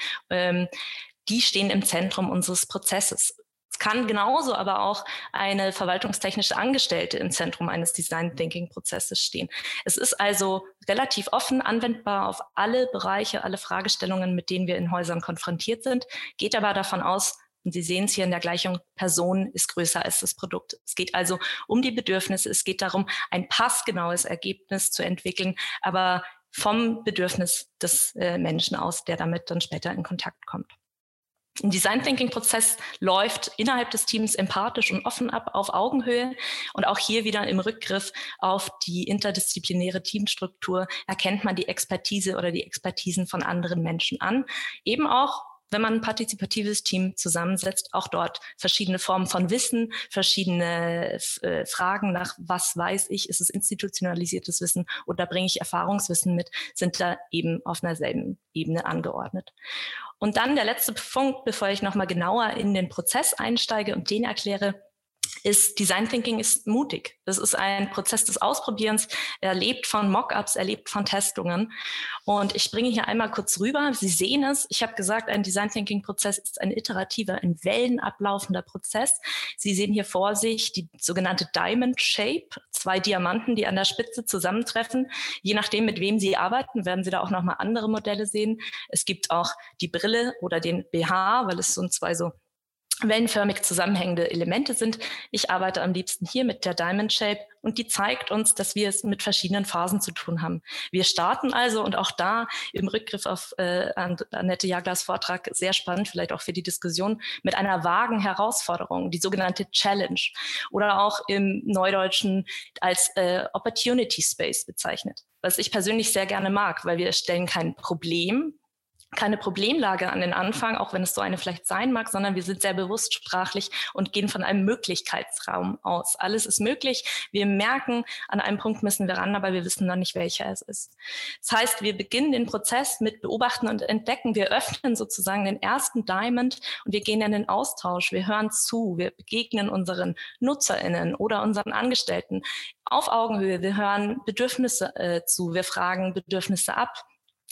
Die stehen im Zentrum unseres Prozesses. Es kann genauso aber auch eine verwaltungstechnische Angestellte im Zentrum eines Design-Thinking-Prozesses stehen. Es ist also relativ offen anwendbar auf alle Bereiche, alle Fragestellungen, mit denen wir in Häusern konfrontiert sind, geht aber davon aus, und Sie sehen es hier in der Gleichung, Person ist größer als das Produkt. Es geht also um die Bedürfnisse, es geht darum, ein passgenaues Ergebnis zu entwickeln, aber vom Bedürfnis des Menschen aus, der damit dann später in Kontakt kommt. Ein Design-Thinking-Prozess läuft innerhalb des Teams empathisch und offen ab, auf Augenhöhe. Und auch hier wieder im Rückgriff auf die interdisziplinäre Teamstruktur erkennt man die Expertise oder die Expertisen von anderen Menschen an. Eben auch, wenn man ein partizipatives Team zusammensetzt, auch dort verschiedene Formen von Wissen, verschiedene Fragen nach, was weiß ich, ist es institutionalisiertes Wissen oder bringe ich Erfahrungswissen mit, sind da eben auf einer selben Ebene angeordnet. Und dann der letzte Punkt, bevor ich nochmal genauer in den Prozess einsteige und den erkläre, ist Design Thinking ist mutig. Das ist ein Prozess des Ausprobierens. Er lebt von Mockups, er lebt von Testungen. Und ich bringe hier einmal kurz rüber. Sie sehen es. Ich habe gesagt, ein Design Thinking Prozess ist ein iterativer, in Wellen ablaufender Prozess. Sie sehen hier vor sich die sogenannte Diamond Shape. 2 Diamanten, die an der Spitze zusammentreffen. Je nachdem, mit wem Sie arbeiten, werden Sie da auch nochmal andere Modelle sehen. Es gibt auch die Brille oder den BH, weil es so 2 so wellenförmig zusammenhängende Elemente sind. Ich arbeite am liebsten hier mit der Diamond Shape und die zeigt uns, dass wir es mit verschiedenen Phasen zu tun haben. Wir starten also, und auch da im Rückgriff auf Annette Jaglers Vortrag, sehr spannend, vielleicht auch für die Diskussion, mit einer vagen Herausforderung, die sogenannte Challenge oder auch im Neudeutschen als Opportunity Space bezeichnet. Was ich persönlich sehr gerne mag, weil wir stellen kein Problem, keine Problemlage an den Anfang, auch wenn es so eine vielleicht sein mag, sondern wir sind sehr bewusst sprachlich und gehen von einem Möglichkeitsraum aus. Alles ist möglich. Wir merken, an einem Punkt müssen wir ran, aber wir wissen noch nicht, welcher es ist. Das heißt, wir beginnen den Prozess mit Beobachten und Entdecken. Wir öffnen sozusagen den ersten Diamond und wir gehen in den Austausch. Wir hören zu. Wir begegnen unseren NutzerInnen oder unseren Angestellten auf Augenhöhe. Wir hören Bedürfnisse zu. Wir fragen Bedürfnisse ab.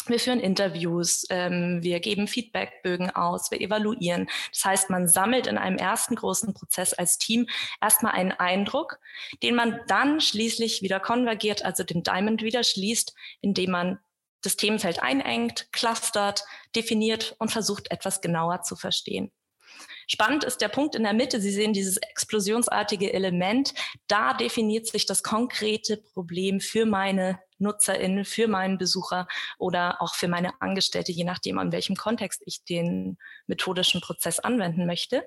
Wir führen Interviews, wir geben Feedbackbögen aus, wir evaluieren. Das heißt, man sammelt in einem ersten großen Prozess als Team erstmal einen Eindruck, den man dann schließlich wieder konvergiert, also den Diamond wieder schließt, indem man das Themenfeld einengt, clustert, definiert und versucht, etwas genauer zu verstehen. Spannend ist der Punkt in der Mitte. Sie sehen dieses explosionsartige Element. Da definiert sich das konkrete Problem für meine NutzerInnen, für meinen Besucher oder auch für meine Angestellte, je nachdem, an welchem Kontext ich den methodischen Prozess anwenden möchte.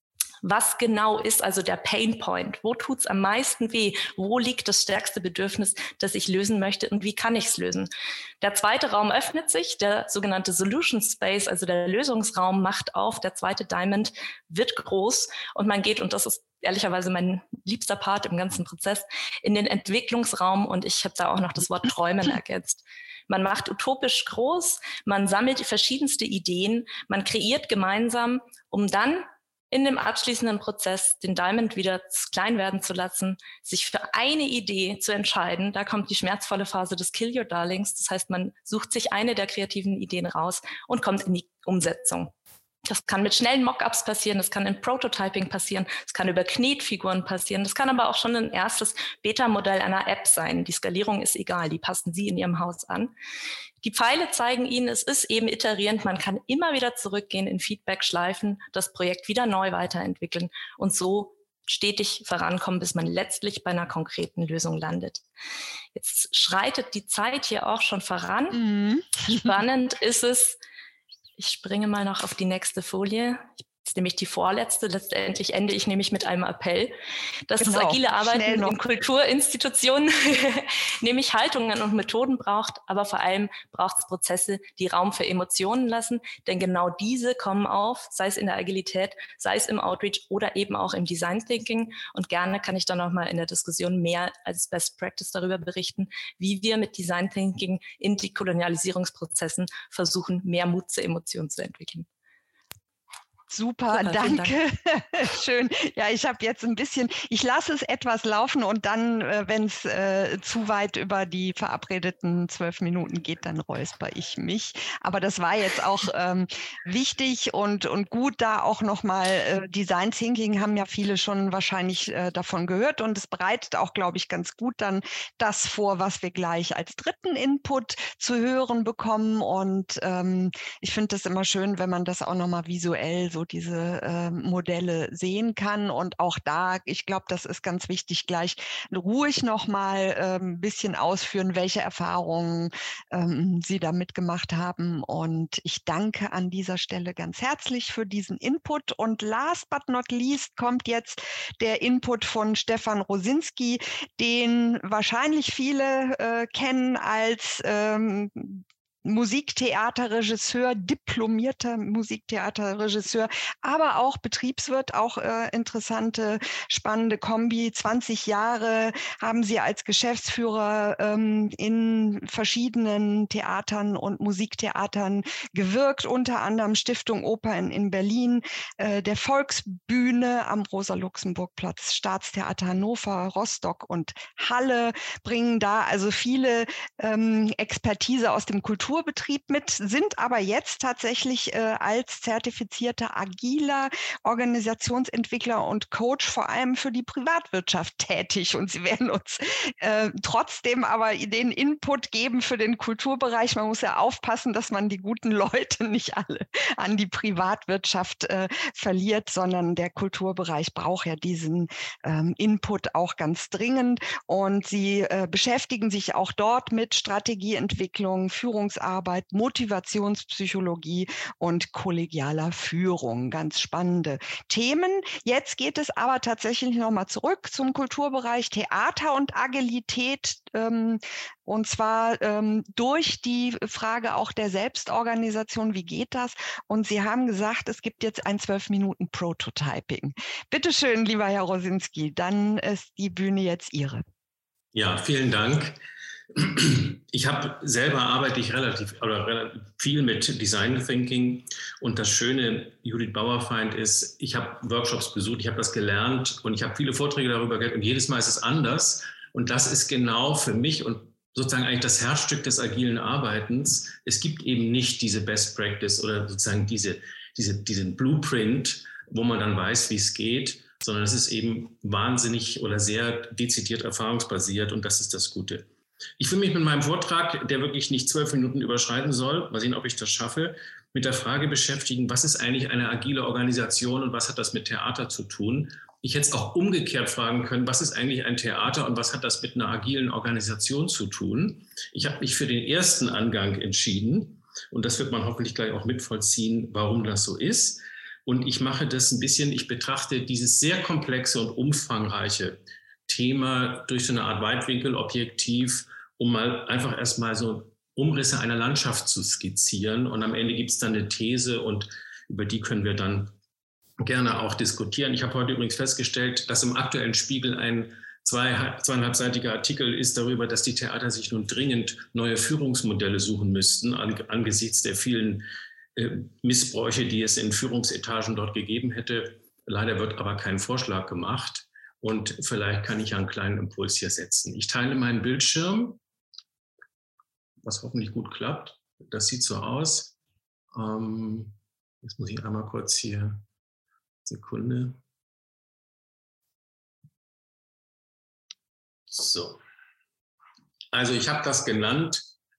Was genau ist also der Pain Point? Wo tut es am meisten weh? Wo liegt das stärkste Bedürfnis, das ich lösen möchte und wie kann ich es lösen? Der zweite Raum öffnet sich, der sogenannte Solution Space, also der Lösungsraum macht auf, der zweite Diamond wird groß und man geht, und das ist ehrlicherweise mein liebster Part im ganzen Prozess, in den Entwicklungsraum und ich habe da auch noch das Wort Träumen ergänzt. Man macht utopisch groß, man sammelt verschiedenste Ideen, man kreiert gemeinsam, um dann in dem abschließenden Prozess den Diamond wieder klein werden zu lassen, sich für eine Idee zu entscheiden. Da kommt die schmerzvolle Phase des Kill Your Darlings. Das heißt, man sucht sich eine der kreativen Ideen raus und kommt in die Umsetzung. Das kann mit schnellen Mockups passieren, das kann in Prototyping passieren, das kann über Knetfiguren passieren, das kann aber auch schon ein erstes Beta-Modell einer App sein. Die Skalierung ist egal, die passen Sie in Ihrem Haus an. Die Pfeile zeigen Ihnen, es ist eben iterierend, man kann immer wieder zurückgehen in Feedback-Schleifen, das Projekt wieder neu weiterentwickeln und so stetig vorankommen, bis man letztlich bei einer konkreten Lösung landet. Jetzt schreitet die Zeit hier auch schon voran. Spannend ist es, ich springe mal noch auf die nächste Folie. Das ist nämlich die vorletzte. Letztendlich ende ich nämlich mit einem Appell, dass das agile Arbeiten in Kulturinstitutionen nämlich Haltungen und Methoden braucht, aber vor allem braucht es Prozesse, die Raum für Emotionen lassen, denn genau diese kommen auf, sei es in der Agilität, sei es im Outreach oder eben auch im Design Thinking. Und gerne kann ich dann nochmal in der Diskussion mehr als Best Practice darüber berichten, wie wir mit Design Thinking in Dekolonialisierungsprozessen versuchen, mehr Mut zur Emotion zu entwickeln. Super, danke. Schön. Ja, ich habe jetzt ein bisschen, ich lasse es etwas laufen und dann, wenn es zu weit über die verabredeten 12 Minuten geht, dann räusper ich mich. Aber das war jetzt auch wichtig und gut, da auch nochmal Design Thinking haben ja viele schon wahrscheinlich davon gehört und es bereitet auch, glaube ich, ganz gut dann das vor, was wir gleich als dritten Input zu hören bekommen. Und ich finde das immer schön, wenn man das auch nochmal visuell so diese Modelle sehen kann. Und auch da, ich glaube, das ist ganz wichtig, gleich ruhig nochmal ein bisschen ausführen, welche Erfahrungen Sie da mitgemacht haben. Und ich danke an dieser Stelle ganz herzlich für diesen Input. Und last but not least kommt jetzt der Input von Stefan Rosinski, den wahrscheinlich viele kennen als Musiktheaterregisseur, diplomierter Musiktheaterregisseur, aber auch Betriebswirt, auch interessante, spannende Kombi. 20 Jahre haben Sie als Geschäftsführer in verschiedenen Theatern und Musiktheatern gewirkt, unter anderem Stiftung Oper in Berlin, der Volksbühne am Rosa-Luxemburg-Platz, Staatstheater Hannover, Rostock und Halle, bringen da also viele Expertise aus dem Kulturbetrieb mit, sind aber jetzt tatsächlich als zertifizierter agiler Organisationsentwickler und Coach vor allem für die Privatwirtschaft tätig. Und Sie werden uns trotzdem aber den Input geben für den Kulturbereich. Man muss ja aufpassen, dass man die guten Leute nicht alle an die Privatwirtschaft verliert, sondern der Kulturbereich braucht ja diesen Input auch ganz dringend. Und Sie beschäftigen sich auch dort mit Strategieentwicklung, Führungsarbeit, Motivationspsychologie und kollegialer Führung. Ganz spannende Themen. Jetzt geht es aber tatsächlich nochmal zurück zum Kulturbereich Theater und Agilität. Und zwar durch die Frage auch der Selbstorganisation, wie geht das? Und Sie haben gesagt, es gibt jetzt ein 12-Minuten-Prototyping. Bitte schön, lieber Herr Rosinski, dann ist die Bühne jetzt Ihre. Ja, vielen Dank. Arbeite ich relativ viel mit Design Thinking und das Schöne, Judith Bauerfeind, ist, ich habe Workshops besucht, ich habe das gelernt und ich habe viele Vorträge darüber gehört und jedes Mal ist es anders und das ist genau für mich und sozusagen eigentlich das Herzstück des agilen Arbeitens. Es gibt eben nicht diese Best Practice oder sozusagen diesen Blueprint, wo man dann weiß, wie es geht, sondern es ist eben wahnsinnig oder sehr dezidiert erfahrungsbasiert und das ist das Gute. Ich will mich mit meinem Vortrag, der wirklich nicht 12 Minuten überschreiten soll, mal sehen, ob ich das schaffe, mit der Frage beschäftigen, was ist eigentlich eine agile Organisation und was hat das mit Theater zu tun? Ich hätte es auch umgekehrt fragen können, was ist eigentlich ein Theater und was hat das mit einer agilen Organisation zu tun? Ich habe mich für den ersten Angang entschieden und das wird man hoffentlich gleich auch mitvollziehen, warum das so ist. Und ich mache das ein bisschen, ich betrachte dieses sehr komplexe und umfangreiche Thema durch so eine Art Weitwinkelobjektiv, um mal einfach erstmal so Umrisse einer Landschaft zu skizzieren. Und am Ende gibt es dann eine These und über die können wir dann gerne auch diskutieren. Ich habe heute übrigens festgestellt, dass im aktuellen Spiegel ein 2,5-seitiger Artikel ist darüber, dass die Theater sich nun dringend neue Führungsmodelle suchen müssten, angesichts der vielen Missbräuche, die es in Führungsetagen dort gegeben hätte. Leider wird aber kein Vorschlag gemacht. Und vielleicht kann ich einen kleinen Impuls hier setzen. Ich teile meinen Bildschirm, was hoffentlich gut klappt. Das sieht so aus. Jetzt muss ich einmal kurz hier, Sekunde. So. Also ich habe das genannt,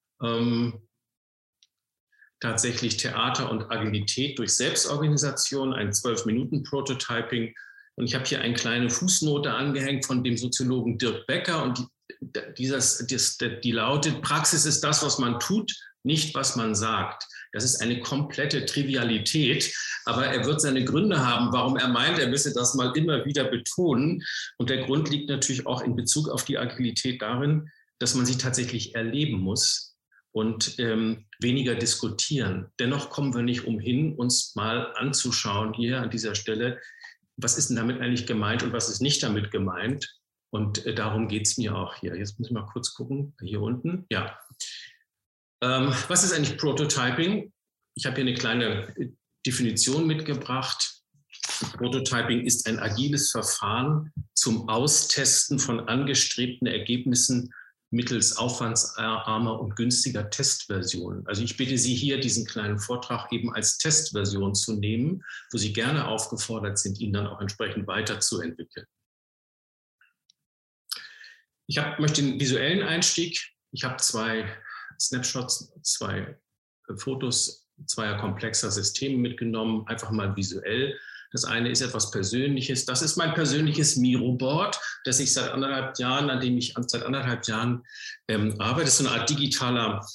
tatsächlich Theater und Agilität durch Selbstorganisation, ein 12-Minuten-Prototyping. Und ich habe hier eine kleine Fußnote angehängt von dem Soziologen Dirk Becker und die lautet, Praxis ist das, was man tut, nicht was man sagt. Das ist eine komplette Trivialität, aber er wird seine Gründe haben, warum er meint, er müsse das mal immer wieder betonen. Und der Grund liegt natürlich auch in Bezug auf die Agilität darin, dass man sie tatsächlich erleben muss und weniger diskutieren. Dennoch kommen wir nicht umhin, uns mal anzuschauen hier an dieser Stelle, was ist denn damit eigentlich gemeint und was ist nicht damit gemeint? Und darum geht es mir auch hier. Jetzt muss ich mal kurz gucken, hier unten. Ja. Was ist eigentlich Prototyping? Ich habe hier eine kleine Definition mitgebracht. Prototyping ist ein agiles Verfahren zum Austesten von angestrebten Ergebnissen mittels aufwandsarmer und günstiger Testversionen. Also ich bitte Sie hier, diesen kleinen Vortrag eben als Testversion zu nehmen, wo Sie gerne aufgefordert sind, ihn dann auch entsprechend weiterzuentwickeln. Ich möchte den visuellen Einstieg. Ich habe 2 Snapshots, 2 Fotos zweier komplexer Systeme mitgenommen, einfach mal visuell. Das eine ist etwas Persönliches. Das ist mein persönliches Miro-Board, das ich seit 1,5 Jahren, an dem ich seit 1,5 Jahren arbeite. Das ist so eine Art digitaler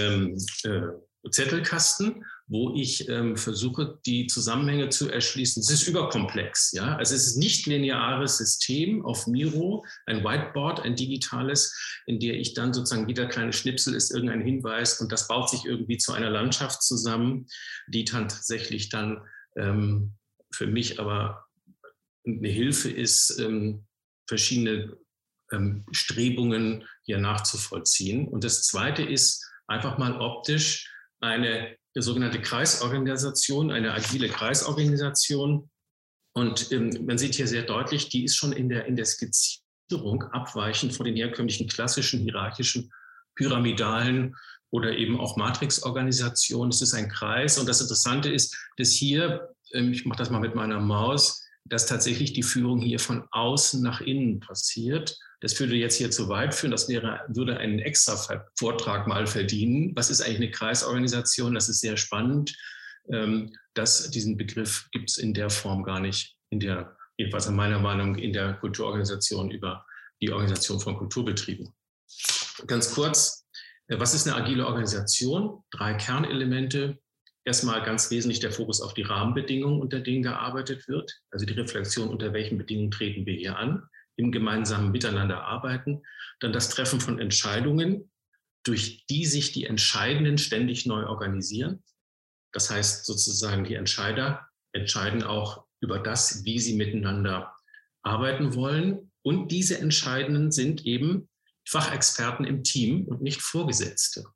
Zettelkasten, wo ich versuche, die Zusammenhänge zu erschließen. Es ist überkomplex. Ja? Also es ist nicht lineares System auf Miro, ein Whiteboard, ein digitales, in der ich dann sozusagen jeder kleine Schnipsel ist irgendein Hinweis und das baut sich irgendwie zu einer Landschaft zusammen, die tatsächlich dann für mich aber eine Hilfe ist, verschiedene Strebungen hier nachzuvollziehen. Und das Zweite ist einfach mal optisch eine sogenannte Kreisorganisation, eine agile Kreisorganisation. Und man sieht hier sehr deutlich, die ist schon in der Skizzierung abweichend von den herkömmlichen klassischen hierarchischen, pyramidalen oder eben auch Matrixorganisationen. Es ist ein Kreis. Und das Interessante ist, dass hier, ich mache das mal mit meiner Maus, dass tatsächlich die Führung hier von außen nach innen passiert. Das würde jetzt hier zu weit führen. Das würde einen extra Vortrag mal verdienen. Was ist eigentlich eine Kreisorganisation? Das ist sehr spannend. Diesen Begriff gibt es in der Form gar nicht, jedenfalls in meiner Meinung, in der Kulturorganisation über die Organisation von Kulturbetrieben. Ganz kurz, was ist eine agile Organisation? 3 Kernelemente. Erstmal ganz wesentlich der Fokus auf die Rahmenbedingungen, unter denen gearbeitet wird. Also die Reflexion, unter welchen Bedingungen treten wir hier an, im gemeinsamen Miteinander arbeiten. Dann das Treffen von Entscheidungen, durch die sich die Entscheidenden ständig neu organisieren. Das heißt sozusagen, die Entscheider entscheiden auch über das, wie sie miteinander arbeiten wollen. Und diese Entscheidenden sind eben Fachexperten im Team und nicht Vorgesetzte.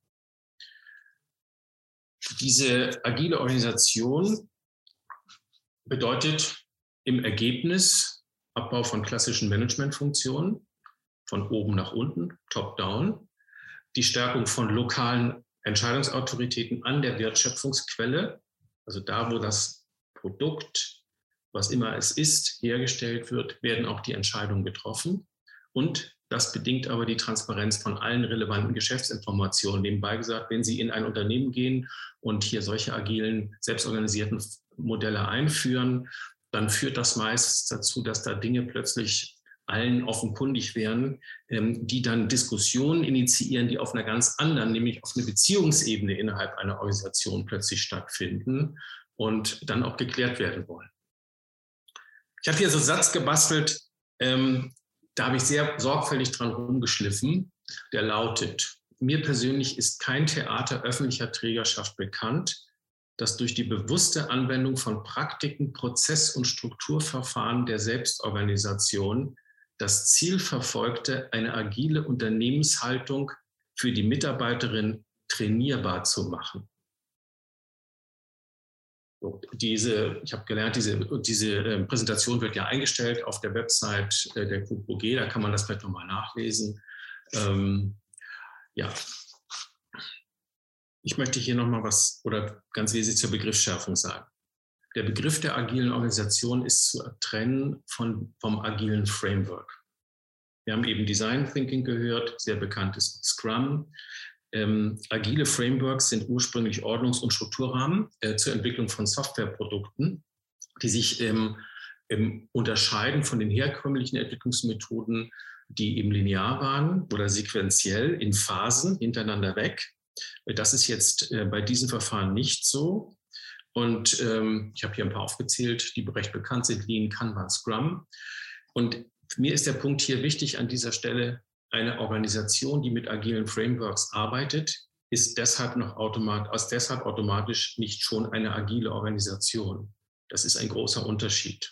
Diese agile Organisation bedeutet im Ergebnis Abbau von klassischen Managementfunktionen, von oben nach unten, top-down, die Stärkung von lokalen Entscheidungsautoritäten an der Wertschöpfungsquelle, also da, wo das Produkt, was immer es ist, hergestellt wird, werden auch die Entscheidungen getroffen. Und das bedingt aber die Transparenz von allen relevanten Geschäftsinformationen. Nebenbei gesagt, wenn Sie in ein Unternehmen gehen und hier solche agilen, selbstorganisierten Modelle einführen, dann führt das meist dazu, dass da Dinge plötzlich allen offenkundig werden, die dann Diskussionen initiieren, die auf einer ganz anderen, nämlich auf einer Beziehungsebene innerhalb einer Organisation plötzlich stattfinden und dann auch geklärt werden wollen. Ich habe hier so einen Satz gebastelt, da habe ich sehr sorgfältig dran rumgeschliffen, der lautet: Mir persönlich ist kein Theater öffentlicher Trägerschaft bekannt, das durch die bewusste Anwendung von Praktiken, Prozess- und Strukturverfahren der Selbstorganisation das Ziel verfolgte, eine agile Unternehmenshaltung für die Mitarbeiterin trainierbar zu machen. So, ich habe gelernt, diese Präsentation wird ja eingestellt auf der Website der KUKG, da kann man das vielleicht nochmal nachlesen. Ja. Ich möchte hier nochmal was oder ganz wesentlich zur Begriffsschärfung sagen. Der Begriff der agilen Organisation ist zu trennen vom agilen Framework. Wir haben eben Design Thinking gehört, sehr bekannt ist Scrum. Agile Frameworks sind ursprünglich Ordnungs- und Strukturrahmen zur Entwicklung von Softwareprodukten, die sich unterscheiden von den herkömmlichen Entwicklungsmethoden, die eben linear waren oder sequenziell in Phasen hintereinander weg. Das ist jetzt bei diesen Verfahren nicht so. Und ich habe hier ein paar aufgezählt, die recht bekannt sind: Lean, Kanban, Scrum. Und mir ist der Punkt hier wichtig an dieser Stelle: Eine Organisation, die mit agilen Frameworks arbeitet, ist deshalb automatisch nicht schon eine agile Organisation. Das ist ein großer Unterschied.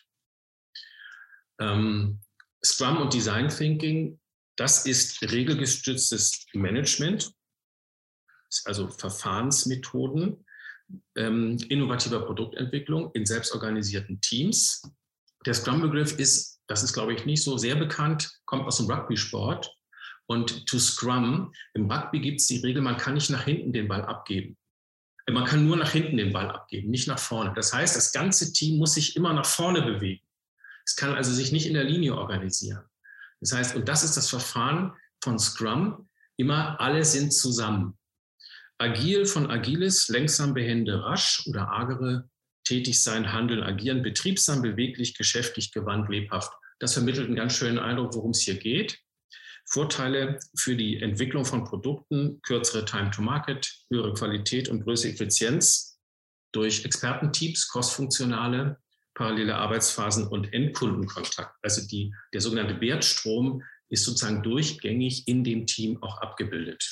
Scrum und Design Thinking, das ist regelgestütztes Management, also Verfahrensmethoden, innovativer Produktentwicklung in selbstorganisierten Teams. Der Scrum-Begriff ist, das ist, glaube ich, nicht so sehr bekannt, kommt aus dem Rugby-Sport. Und to Scrum, im Rugby gibt es die Regel, man kann nicht nach hinten den Ball abgeben. Man kann nur nach hinten den Ball abgeben, nicht nach vorne. Das heißt, das ganze Team muss sich immer nach vorne bewegen. Es kann also sich nicht in der Linie organisieren. Das heißt, und das ist das Verfahren von Scrum, immer alle sind zusammen. Agil von Agilis, lenksam, behende, rasch oder agere, tätig sein, handeln, agieren, betriebsam, beweglich, geschäftlich, gewandt, lebhaft. Das vermittelt einen ganz schönen Eindruck, worum es hier geht. Vorteile für die Entwicklung von Produkten: kürzere Time to Market, höhere Qualität und größere Effizienz durch Expertenteams, crossfunktionale, parallele Arbeitsphasen und Endkundenkontakt. Also der sogenannte Wertstrom ist sozusagen durchgängig in dem Team auch abgebildet.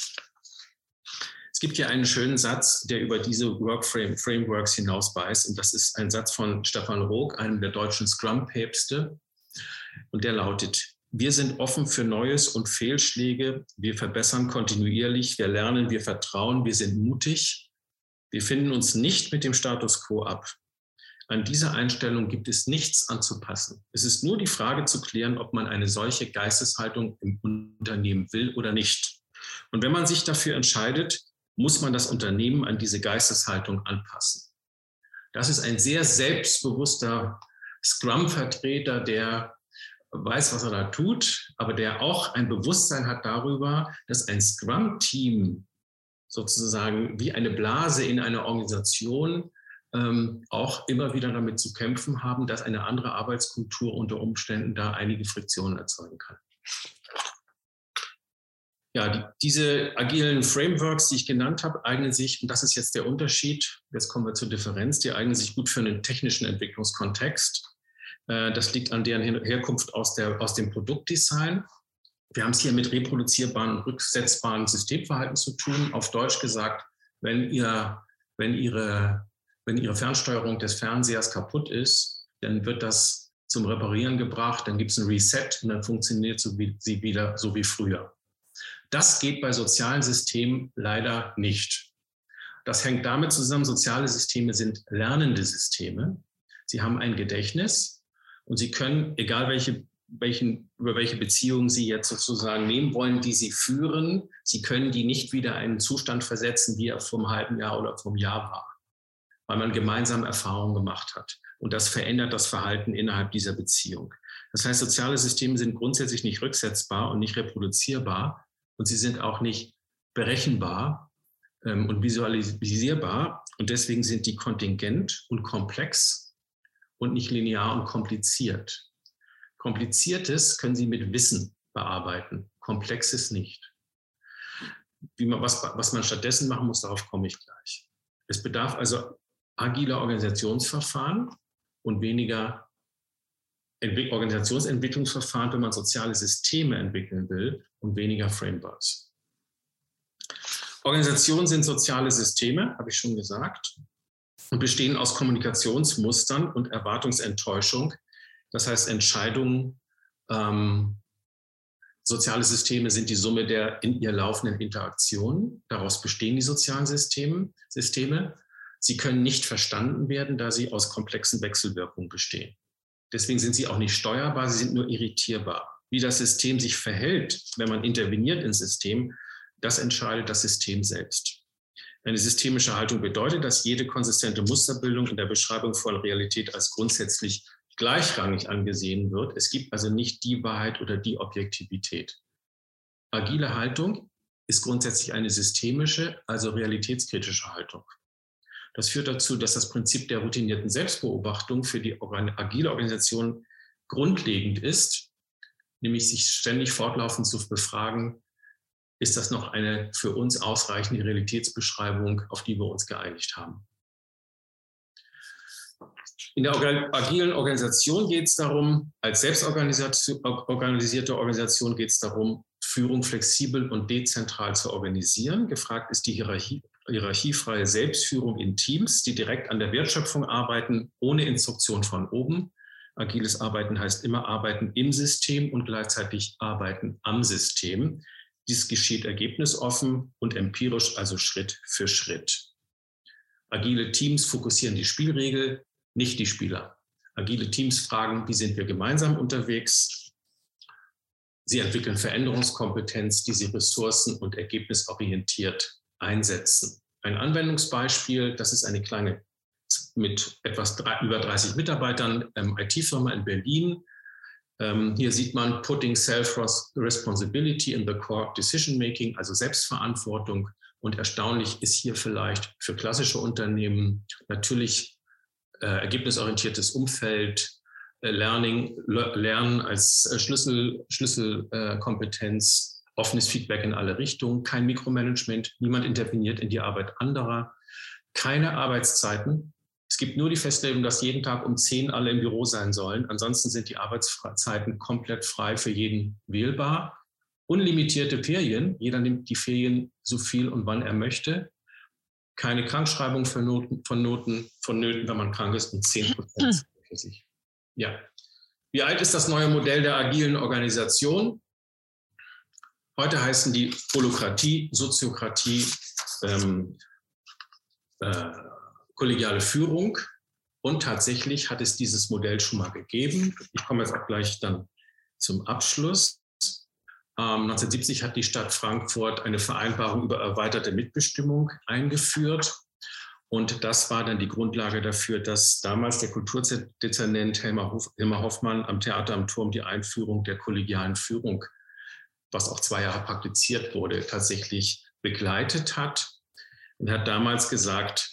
Es gibt hier einen schönen Satz, der über diese Frameworks hinausweist. Und das ist ein Satz von Stefan Rook, einem der deutschen Scrum-Päpste. Und der lautet: Wir sind offen für Neues und Fehlschläge. Wir verbessern kontinuierlich. Wir lernen, wir vertrauen, wir sind mutig. Wir finden uns nicht mit dem Status quo ab. An dieser Einstellung gibt es nichts anzupassen. Es ist nur die Frage zu klären, ob man eine solche Geisteshaltung im Unternehmen will oder nicht. Und wenn man sich dafür entscheidet, muss man das Unternehmen an diese Geisteshaltung anpassen. Das ist ein sehr selbstbewusster Scrum-Vertreter, der weiß, was er da tut, aber der auch ein Bewusstsein hat darüber, dass ein Scrum-Team sozusagen wie eine Blase in einer Organisation auch immer wieder damit zu kämpfen haben, dass eine andere Arbeitskultur unter Umständen da einige Friktionen erzeugen kann. Ja, diese agilen Frameworks, die ich genannt habe, eignen sich, und das ist jetzt der Unterschied, jetzt kommen wir zur Differenz, die eignen sich gut für einen technischen Entwicklungskontext. Das liegt an deren Herkunft aus dem Produktdesign. Wir haben es hier mit reproduzierbaren und rücksetzbaren Systemverhalten zu tun. Auf Deutsch gesagt, wenn Ihre Fernsteuerung des Fernsehers kaputt ist, dann wird das zum Reparieren gebracht, dann gibt es ein Reset und dann funktioniert sie wieder so wie früher. Das geht bei sozialen Systemen leider nicht. Das hängt damit zusammen, soziale Systeme sind lernende Systeme. Sie haben ein Gedächtnis und sie können, egal welche über welche Beziehungen Sie jetzt sozusagen nehmen wollen, die Sie führen. Sie können die nicht wieder in einen Zustand versetzen, wie er vor einem halben Jahr oder vor einem Jahr war, weil man gemeinsam Erfahrungen gemacht hat. Und das verändert das Verhalten innerhalb dieser Beziehung. Das heißt, soziale Systeme sind grundsätzlich nicht rücksetzbar und nicht reproduzierbar und sie sind auch nicht berechenbar und visualisierbar. Und deswegen sind die kontingent und komplex und nicht linear und kompliziert. Kompliziertes können Sie mit Wissen bearbeiten, Komplexes nicht. Was man stattdessen machen muss, darauf komme ich gleich. Es bedarf also agiler Organisationsverfahren und weniger Organisationsentwicklungsverfahren, wenn man soziale Systeme entwickeln will, und weniger Frameworks. Organisationen sind soziale Systeme, habe ich schon gesagt, und bestehen aus Kommunikationsmustern und Erwartungsenttäuschung. Das heißt, Entscheidungen, soziale Systeme sind die Summe der in ihr laufenden Interaktionen. Daraus bestehen die sozialen Systeme. Sie können nicht verstanden werden, da sie aus komplexen Wechselwirkungen bestehen. Deswegen sind sie auch nicht steuerbar, sie sind nur irritierbar. Wie das System sich verhält, wenn man interveniert ins System, das entscheidet das System selbst. Eine systemische Haltung bedeutet, dass jede konsistente Musterbildung in der Beschreibung von Realität als grundsätzlich gleichrangig angesehen wird. Es gibt also nicht die Wahrheit oder die Objektivität. Agile Haltung ist grundsätzlich eine systemische, also realitätskritische Haltung. Das führt dazu, dass das Prinzip der routinierten Selbstbeobachtung für die agile Organisation grundlegend ist, nämlich sich ständig fortlaufend zu befragen, ist das noch eine für uns ausreichende Realitätsbeschreibung, auf die wir uns geeinigt haben. In der agilen Organisation geht es darum, als selbstorganisierte Organisation geht es darum, Führung flexibel und dezentral zu organisieren. Gefragt ist die hierarchiefreie Selbstführung in Teams, die direkt an der Wertschöpfung arbeiten, ohne Instruktion von oben. Agiles Arbeiten heißt immer Arbeiten im System und gleichzeitig Arbeiten am System. Dies geschieht ergebnisoffen und empirisch, also Schritt für Schritt. Agile Teams fokussieren die Spielregel, nicht die Spieler. Agile Teams fragen, wie sind wir gemeinsam unterwegs? Sie entwickeln Veränderungskompetenz, die sie ressourcen- und ergebnisorientiert einsetzen. Ein Anwendungsbeispiel, das ist eine kleine, mit etwas über 30 Mitarbeitern, IT-Firma in Berlin. Hier sieht man Putting Self-Responsibility in the Core Decision Making, also Selbstverantwortung. Und erstaunlich ist hier vielleicht für klassische Unternehmen natürlich ergebnisorientiertes Umfeld, Lernen als Schlüsselkompetenz, offenes Feedback in alle Richtungen, kein Mikromanagement, niemand interveniert in die Arbeit anderer, keine Arbeitszeiten. Es gibt nur die Festlegung, dass jeden Tag um 10 alle im Büro sein sollen. Ansonsten sind die Arbeitszeiten komplett frei für jeden wählbar. Unlimitierte Ferien, jeder nimmt die Ferien so viel und wann er möchte. Keine Krankschreibung vonnöten, wenn man krank ist, und 10% für sich. Ja. Wie alt ist das neue Modell der agilen Organisation? Heute heißen die Holokratie, Soziokratie, kollegiale Führung. Und tatsächlich hat es dieses Modell schon mal gegeben. Ich komme jetzt auch gleich dann zum Abschluss. 1970 hat die Stadt Frankfurt eine Vereinbarung über erweiterte Mitbestimmung eingeführt. Und das war dann die Grundlage dafür, dass damals der Kulturdezernent Hilmar Hoffmann am Theater am Turm die Einführung der kollegialen Führung, was auch 2 Jahre praktiziert wurde, tatsächlich begleitet hat. Und hat damals gesagt,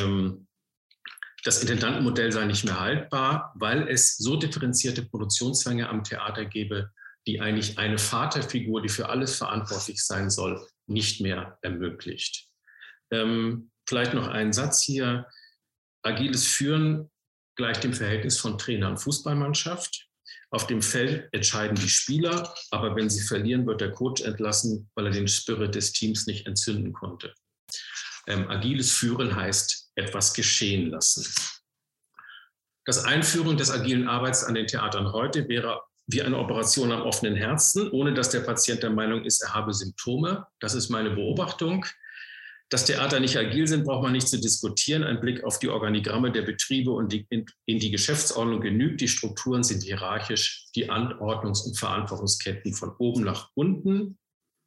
das Intendantenmodell sei nicht mehr haltbar, weil es so differenzierte Produktionszwänge am Theater gäbe, die eigentlich eine Vaterfigur, die für alles verantwortlich sein soll, nicht mehr ermöglicht. Vielleicht noch einen Satz hier. Agiles Führen gleicht dem Verhältnis von Trainer und Fußballmannschaft. Auf dem Feld entscheiden die Spieler, aber wenn sie verlieren, wird der Coach entlassen, weil er den Spirit des Teams nicht entzünden konnte. Agiles Führen heißt etwas geschehen lassen. Das Einführen des agilen Arbeits an den Theatern heute wäre wie eine Operation am offenen Herzen, ohne dass der Patient der Meinung ist, er habe Symptome. Das ist meine Beobachtung. Dass Theater nicht agil sind, braucht man nicht zu diskutieren. Ein Blick auf die Organigramme der Betriebe und in die Geschäftsordnung genügt. Die Strukturen sind hierarchisch, die Anordnungs- und Verantwortungsketten von oben nach unten.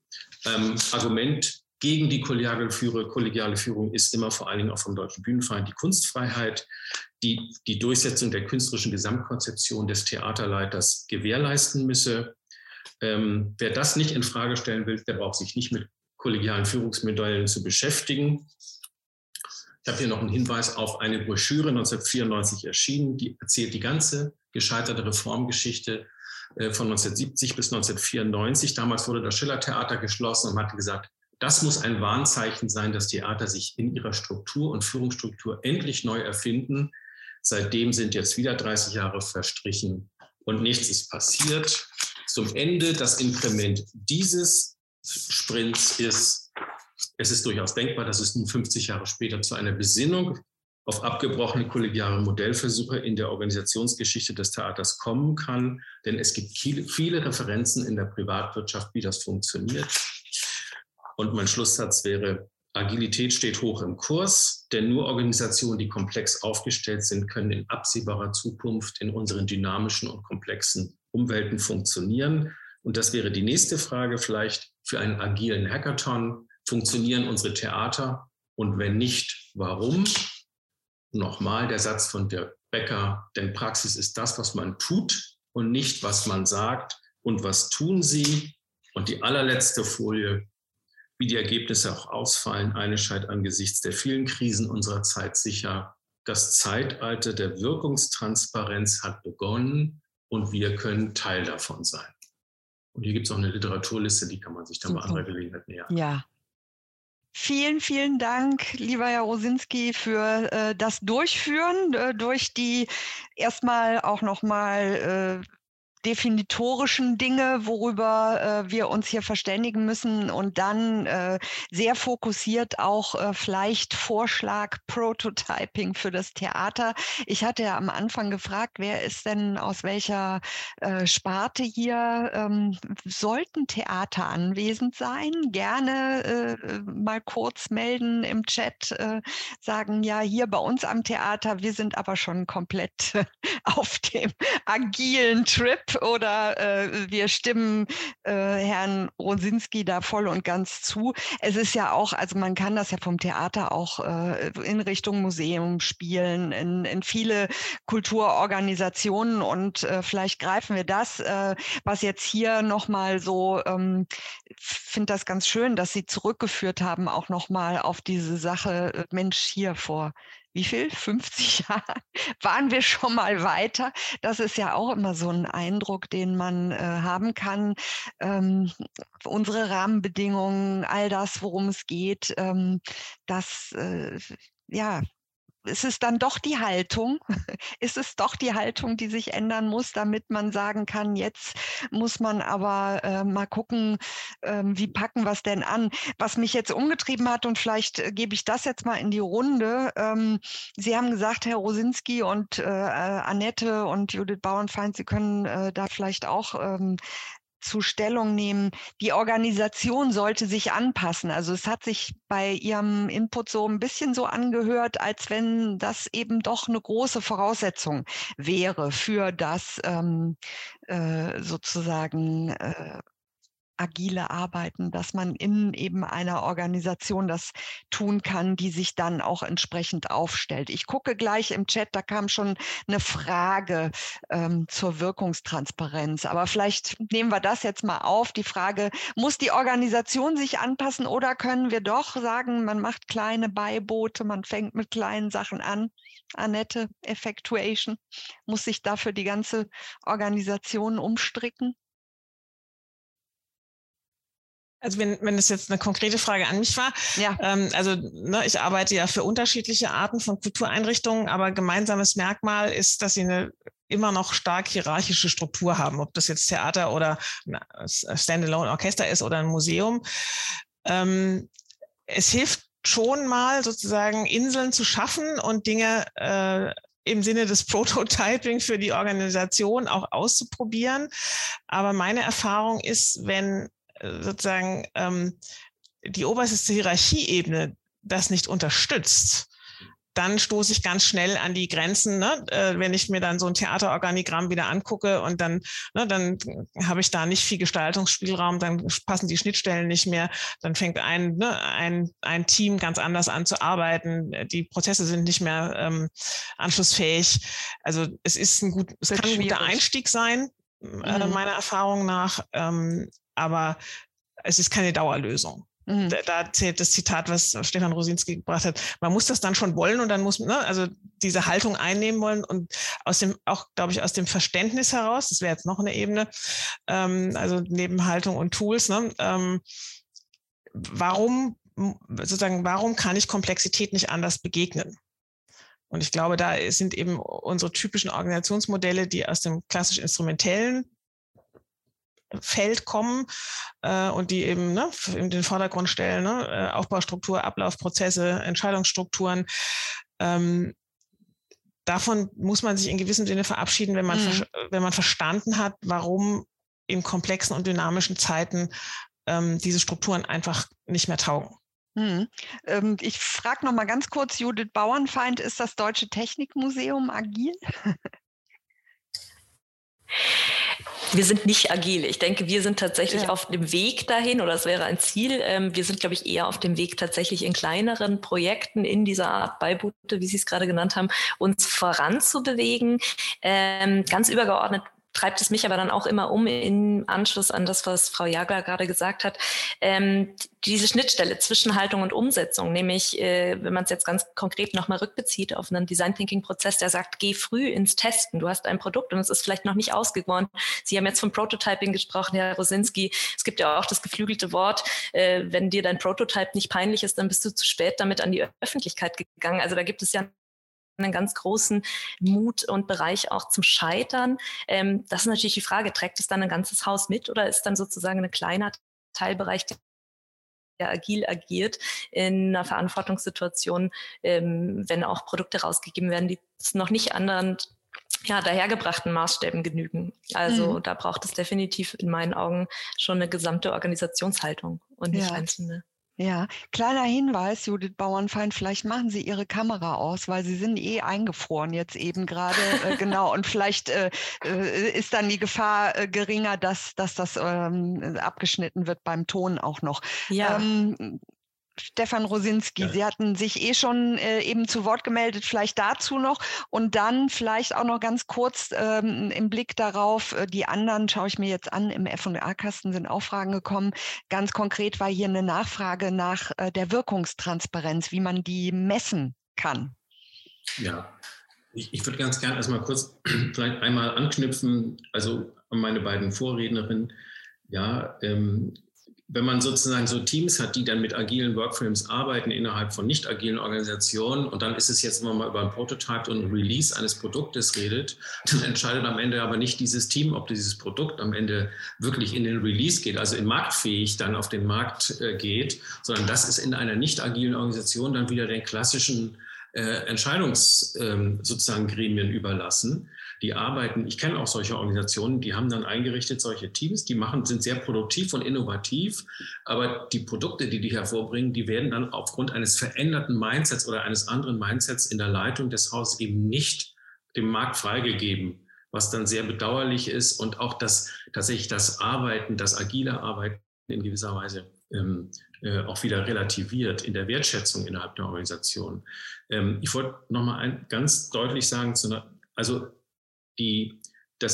Argument gegen die kollegiale Führung ist immer vor allen Dingen auch vom Deutschen Bühnenverein die Kunstfreiheit, die Durchsetzung der künstlerischen Gesamtkonzeption des Theaterleiters gewährleisten müsse. Wer das nicht in Frage stellen will, der braucht sich nicht mit kollegialen Führungsmodellen zu beschäftigen. Ich habe hier noch einen Hinweis auf eine Broschüre, 1994 erschienen, die erzählt die ganze gescheiterte Reformgeschichte von 1970 bis 1994. Damals wurde das Schillertheater geschlossen und man hatte gesagt, das muss ein Warnzeichen sein, dass Theater sich in ihrer Struktur und Führungsstruktur endlich neu erfinden. Seitdem sind jetzt wieder 30 Jahre verstrichen und nichts ist passiert. Zum Ende das Inkrement dieses Sprints ist, es ist durchaus denkbar, dass es nun 50 Jahre später zu einer Besinnung auf abgebrochene kollegiale Modellversuche in der Organisationsgeschichte des Theaters kommen kann, denn es gibt viele Referenzen in der Privatwirtschaft, wie das funktioniert. Und mein Schlusssatz wäre, Agilität steht hoch im Kurs, denn nur Organisationen, die komplex aufgestellt sind, können in absehbarer Zukunft in unseren dynamischen und komplexen Umwelten funktionieren. Und das wäre die nächste Frage vielleicht für einen agilen Hackathon. Funktionieren unsere Theater? Und wenn nicht, warum? Nochmal der Satz von Dirk Becker, denn Praxis ist das, was man tut und nicht, was man sagt. Und was tun Sie? Und die allerletzte Folie, wie die Ergebnisse auch ausfallen, eines scheint angesichts der vielen Krisen unserer Zeit sicher. Das Zeitalter der Wirkungstransparenz hat begonnen und wir können Teil davon sein. Und hier gibt es auch eine Literaturliste, die kann man sich dann bei anderer Gelegenheit nähern. Ja. Vielen, vielen Dank, lieber Herr Rosinski, für das Durchführen durch die erstmal auch nochmal definitorischen Dinge, worüber wir uns hier verständigen müssen und dann sehr fokussiert auch vielleicht Vorschlag, Prototyping für das Theater. Ich hatte ja am Anfang gefragt, wer ist denn aus welcher Sparte hier? Sollten Theater anwesend sein? Gerne mal kurz melden im Chat, sagen, ja, hier bei uns am Theater, wir sind aber schon komplett auf dem agilen Trip. Oder wir stimmen Herrn Rosinski da voll und ganz zu. Es ist ja auch, also man kann das ja vom Theater auch in Richtung Museum spielen, in viele Kulturorganisationen und vielleicht greifen wir das, was jetzt hier nochmal so, finde das ganz schön, dass Sie zurückgeführt haben, auch nochmal auf diese Sache, Mensch, hier vor wie viel? 50 Jahre waren wir schon mal weiter. Das ist ja auch immer so ein Eindruck, den man haben kann. Unsere Rahmenbedingungen, all das, worum es geht, ja, ist es dann doch die Haltung? Ist es doch die Haltung, die sich ändern muss, damit man sagen kann, jetzt muss man aber mal gucken, wie packen wir es denn an? Was mich jetzt umgetrieben hat, und vielleicht gebe ich das jetzt mal in die Runde. Sie haben gesagt, Herr Rosinski und Annette und Judith Bauernfeind, Sie können da vielleicht auch zu Stellung nehmen, die Organisation sollte sich anpassen. Also es hat sich bei Ihrem Input so ein bisschen so angehört, als wenn das eben doch eine große Voraussetzung wäre für das sozusagen agile Arbeiten, dass man in eben einer Organisation das tun kann, die sich dann auch entsprechend aufstellt. Ich gucke gleich im Chat, da kam schon eine Frage zur Wirkungstransparenz, aber vielleicht nehmen wir das jetzt mal auf. Die Frage, muss die Organisation sich anpassen oder können wir doch sagen, man macht kleine Beiboote, man fängt mit kleinen Sachen an? Annette, Effectuation, muss sich dafür die ganze Organisation umstricken? Also wenn es jetzt eine konkrete Frage an mich war, ja. Ich arbeite ja für unterschiedliche Arten von Kultureinrichtungen, aber gemeinsames Merkmal ist, dass sie eine immer noch stark hierarchische Struktur haben, ob das jetzt Theater oder ein Standalone-Orchester ist oder ein Museum. Es hilft schon mal sozusagen Inseln zu schaffen und Dinge im Sinne des Prototyping für die Organisation auch auszuprobieren. Aber meine Erfahrung ist, wenn sozusagen die oberste Hierarchieebene das nicht unterstützt, dann stoße ich ganz schnell an die Grenzen, ne? Wenn ich mir dann so ein Theaterorganigramm wieder angucke und dann habe ich da nicht viel Gestaltungsspielraum, dann passen die Schnittstellen nicht mehr, dann fängt ein Team ganz anders an zu arbeiten, die Prozesse sind nicht mehr anschlussfähig. Also es kann ein guter Einstieg sein, meiner Erfahrung nach, aber es ist keine Dauerlösung. Da zählt das Zitat, was Stefan Rosinski gebracht hat. Man muss das dann schon wollen und dann muss also diese Haltung einnehmen wollen und glaube ich, aus dem Verständnis heraus, das wäre jetzt noch eine Ebene, also neben Haltung und Tools, warum kann ich Komplexität nicht anders begegnen? Und ich glaube, da sind eben unsere typischen Organisationsmodelle, die aus dem klassisch instrumentellen Feld kommen und die eben in den Vordergrund stellen, Aufbaustruktur, Ablaufprozesse, Entscheidungsstrukturen. Davon muss man sich in gewissem Sinne verabschieden, wenn man verstanden hat, warum in komplexen und dynamischen Zeiten diese Strukturen einfach nicht mehr taugen. Ich frage noch mal ganz kurz, Judith Bauernfeind, ist das Deutsche Technikmuseum agil? Wir sind nicht agil. Ich denke, wir sind tatsächlich auf dem Weg dahin, oder es wäre ein Ziel. Wir sind, glaube ich, eher auf dem Weg, tatsächlich in kleineren Projekten in dieser Art Beiboote, wie Sie es gerade genannt haben, uns voranzubewegen. Ganz übergeordnet treibt es mich aber dann auch immer im Anschluss an das, was Frau Jagler gerade gesagt hat, diese Schnittstelle zwischen Haltung und Umsetzung, nämlich, wenn man es jetzt ganz konkret nochmal rückbezieht auf einen Design-Thinking-Prozess, der sagt, geh früh ins Testen. Du hast ein Produkt und es ist vielleicht noch nicht ausgegoren. Sie haben jetzt vom Prototyping gesprochen, Herr Rosinski. Es gibt ja auch das geflügelte Wort, wenn dir dein Prototype nicht peinlich ist, dann bist du zu spät damit an die Öffentlichkeit gegangen. Also da gibt es ja einen ganz großen Mut und Bereich auch zum Scheitern. Das ist natürlich die Frage, trägt es dann ein ganzes Haus mit oder ist dann sozusagen ein kleiner Teilbereich, der agil agiert in einer Verantwortungssituation, wenn auch Produkte rausgegeben werden, die noch nicht anderen dahergebrachten Maßstäben genügen. Also da braucht es definitiv in meinen Augen schon eine gesamte Organisationshaltung und nicht einzelne. Ja, kleiner Hinweis, Judith Bauernfeind, vielleicht machen Sie Ihre Kamera aus, weil Sie sind eingefroren jetzt eben gerade, genau, und vielleicht ist dann die Gefahr geringer, dass das abgeschnitten wird beim Ton auch noch. Ja. Stefan Rosinski, Sie hatten sich schon eben zu Wort gemeldet, vielleicht dazu noch und dann vielleicht auch noch ganz kurz im Blick darauf, die anderen schaue ich mir jetzt an, im F&A-Kasten sind auch Fragen gekommen. Ganz konkret war hier eine Nachfrage nach der Wirkungstransparenz, wie man die messen kann. Ja, ich würde ganz gerne erstmal kurz vielleicht einmal anknüpfen, also an meine beiden Vorrednerinnen, wenn man sozusagen so Teams hat, die dann mit agilen Workframes arbeiten innerhalb von nicht agilen Organisationen und dann ist es jetzt, wenn man mal über ein Prototype und ein Release eines Produktes redet, dann entscheidet am Ende aber nicht dieses Team, ob dieses Produkt am Ende wirklich in den Release geht, also in marktfähig dann auf den Markt geht, sondern das ist in einer nicht agilen Organisation dann wieder den klassischen sozusagen Gremien überlassen. Die arbeiten, ich kenne auch solche Organisationen, die haben dann eingerichtet solche Teams, sind sehr produktiv und innovativ, aber die Produkte, die hervorbringen, die werden dann aufgrund eines veränderten Mindsets oder eines anderen Mindsets in der Leitung des Hauses eben nicht dem Markt freigegeben, was dann sehr bedauerlich ist und auch tatsächlich das agile Arbeiten in gewisser Weise auch wieder relativiert in der Wertschätzung innerhalb der Organisation. Ich wollte nochmal ganz deutlich sagen, die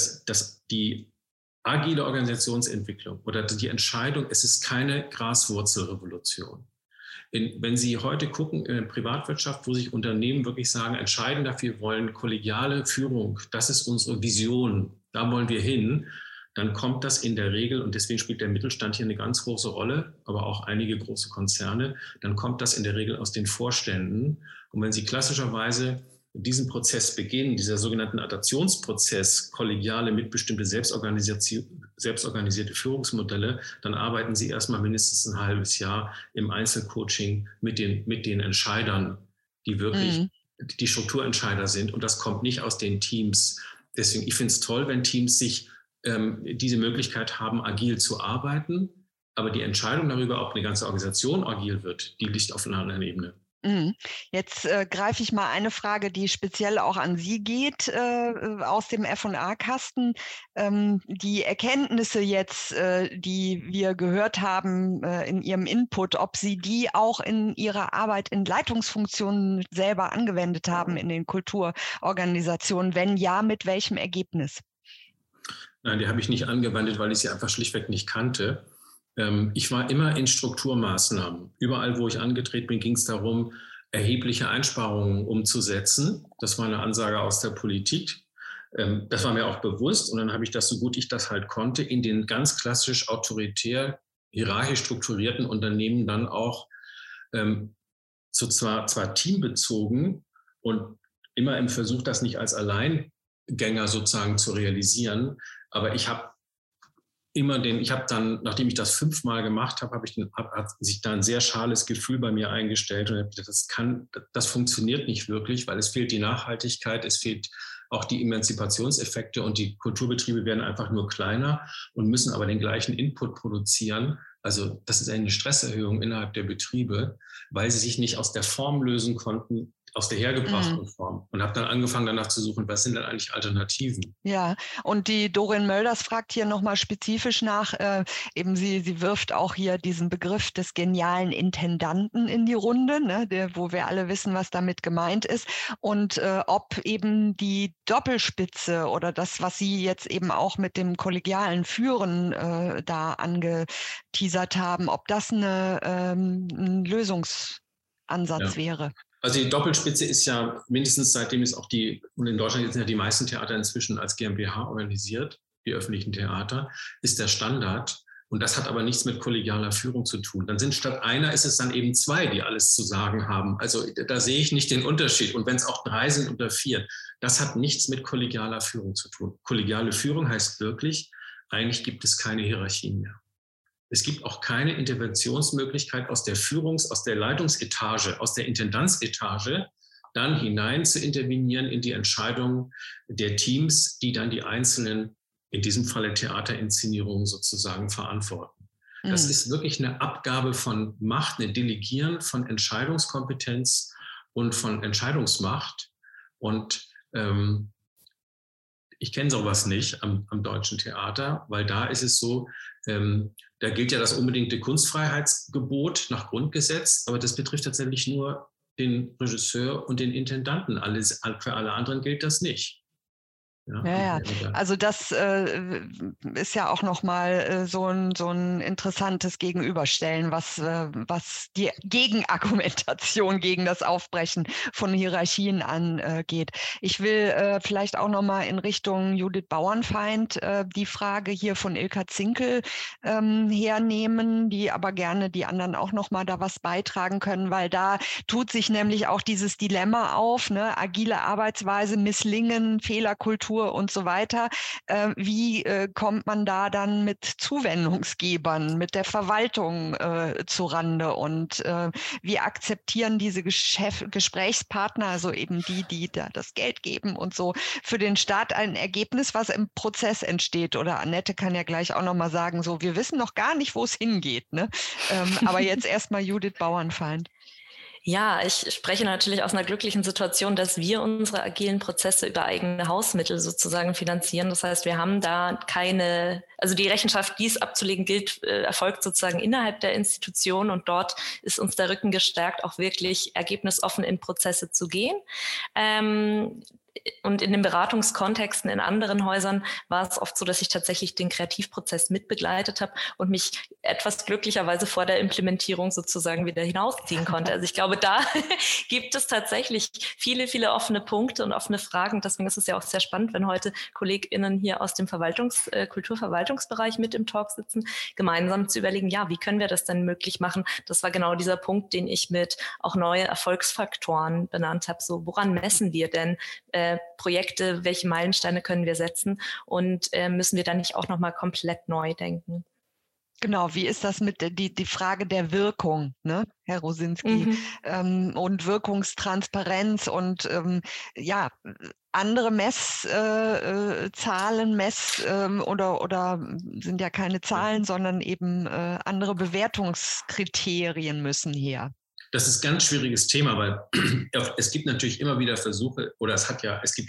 agile Organisationsentwicklung oder die Entscheidung, es ist keine Graswurzelrevolution. Wenn Sie heute gucken in der Privatwirtschaft, wo sich Unternehmen wirklich sagen, entscheiden dafür, wir wollen kollegiale Führung, das ist unsere Vision, da wollen wir hin, dann kommt das in der Regel, und deswegen spielt der Mittelstand hier eine ganz große Rolle, aber auch einige große Konzerne, dann kommt das in der Regel aus den Vorständen. Und wenn Sie klassischerweise diesen Prozess beginnen, dieser sogenannten Adaptionsprozess, kollegiale, mitbestimmte, selbstorganisierte Führungsmodelle, dann arbeiten Sie erstmal mindestens ein halbes Jahr im Einzelcoaching mit den Entscheidern, die wirklich die Strukturentscheider sind. Und das kommt nicht aus den Teams. Deswegen, ich finde es toll, wenn Teams sich diese Möglichkeit haben, agil zu arbeiten. aber die Entscheidung darüber, ob eine ganze Organisation agil wird, die liegt auf einer anderen Ebene. Jetzt greife ich mal eine Frage, die speziell auch an Sie geht, aus dem F&A-Kasten. Die Erkenntnisse jetzt, die wir gehört haben in Ihrem Input, ob Sie die auch in Ihrer Arbeit in Leitungsfunktionen selber angewendet haben in den Kulturorganisationen? Wenn ja, mit welchem Ergebnis? Nein, die habe ich nicht angewendet, weil ich sie einfach schlichtweg nicht kannte. Ich war immer in Strukturmaßnahmen. Überall, wo ich angetreten bin, ging es darum, erhebliche Einsparungen umzusetzen. Das war eine Ansage aus der Politik. Das war mir auch bewusst. Und dann habe ich das, so gut ich das halt konnte, in den ganz klassisch autoritär, hierarchisch strukturierten Unternehmen dann auch zwar teambezogen und immer im Versuch, das nicht als Alleingänger sozusagen zu realisieren. Aber ich habe dann, nachdem ich das 5-mal gemacht habe, hat sich da ein sehr schales Gefühl bei mir eingestellt und habe gedacht, das funktioniert nicht wirklich, weil es fehlt die Nachhaltigkeit, es fehlt auch die Emanzipationseffekte und die Kulturbetriebe werden einfach nur kleiner und müssen aber den gleichen Input produzieren. Also das ist eine Stresserhöhung innerhalb der Betriebe, weil sie sich nicht aus der Form lösen konnten, aus der hergebrachten Form. Und habe dann angefangen, danach zu suchen, was sind denn eigentlich Alternativen? Ja, und die Dorin Mölders fragt hier nochmal spezifisch nach, eben sie wirft auch hier diesen Begriff des genialen Intendanten in die Runde, ne, wo wir alle wissen, was damit gemeint ist. Und ob eben die Doppelspitze oder das, was Sie jetzt eben auch mit dem kollegialen Führen da angeteasert haben, ob das ein Lösungsansatz wäre. Also die Doppelspitze ist ja mindestens seitdem es auch und in Deutschland sind ja die meisten Theater inzwischen als GmbH organisiert, die öffentlichen Theater, ist der Standard. Und das hat aber nichts mit kollegialer Führung zu tun. Dann sind statt einer, ist es dann eben 2, die alles zu sagen haben. Also da sehe ich nicht den Unterschied. Und wenn es auch 3 sind oder 4, das hat nichts mit kollegialer Führung zu tun. Kollegiale Führung heißt wirklich, eigentlich gibt es keine Hierarchien mehr. Es gibt auch keine Interventionsmöglichkeit aus der Leitungsetage, aus der Intendanzetage, dann hinein zu intervenieren in die Entscheidungen der Teams, die dann die einzelnen, in diesem Falle Theaterinszenierungen sozusagen verantworten. Das ist wirklich eine Abgabe von Macht, ein Delegieren von Entscheidungskompetenz und von Entscheidungsmacht. Und ich kenne sowas nicht am Deutschen Theater, weil da ist es so, da gilt ja das unbedingte Kunstfreiheitsgebot nach Grundgesetz, aber das betrifft tatsächlich nur den Regisseur und den Intendanten. Für alle anderen gilt das nicht. Ja. Also das ist ja auch nochmal so ein interessantes Gegenüberstellen, was die Gegenargumentation gegen das Aufbrechen von Hierarchien angeht. Ich will vielleicht auch nochmal in Richtung Judith Bauernfeind die Frage hier von Ilka Zinkel hernehmen, die aber gerne die anderen auch nochmal da was beitragen können, weil da tut sich nämlich auch dieses Dilemma auf, ne? Agile Arbeitsweise, Misslingen, Fehlerkultur und so weiter. Wie kommt man da dann mit Zuwendungsgebern, mit der Verwaltung zurande und wie akzeptieren diese Gesprächspartner, also eben die da das Geld geben und so, für den Staat ein Ergebnis, was im Prozess entsteht? Oder Annette kann ja gleich auch nochmal sagen, so, wir wissen noch gar nicht, wo es hingeht. Ne? Aber jetzt erstmal Judith Bauernfeind. Ja, ich spreche natürlich aus einer glücklichen Situation, dass wir unsere agilen Prozesse über eigene Hausmittel sozusagen finanzieren. Das heißt, wir haben da also die Rechenschaft, dies abzulegen gilt, erfolgt sozusagen innerhalb der Institution und dort ist uns der Rücken gestärkt, auch wirklich ergebnisoffen in Prozesse zu gehen. Und in den Beratungskontexten in anderen Häusern war es oft so, dass ich tatsächlich den Kreativprozess mitbegleitet habe und mich etwas glücklicherweise vor der Implementierung sozusagen wieder hinausziehen konnte. Also ich glaube, da gibt es tatsächlich viele, viele offene Punkte und offene Fragen. Deswegen ist es ja auch sehr spannend, wenn heute KollegInnen hier aus dem Kulturverwaltungsbereich mit im Talk sitzen, gemeinsam zu überlegen, ja, wie können wir das denn möglich machen? Das war genau dieser Punkt, den ich mit auch neue Erfolgsfaktoren benannt habe. So, woran messen wir denn Projekte, welche Meilensteine können wir setzen und müssen wir dann nicht auch nochmal komplett neu denken? Genau, wie ist das mit die Frage der Wirkung, ne, Herr Rosinski, und Wirkungstransparenz und ja, andere Messzahlen, oder sind ja keine Zahlen, sondern eben andere Bewertungskriterien müssen her. Das ist ein ganz schwieriges Thema, weil es gibt natürlich immer wieder Versuche, oder es gibt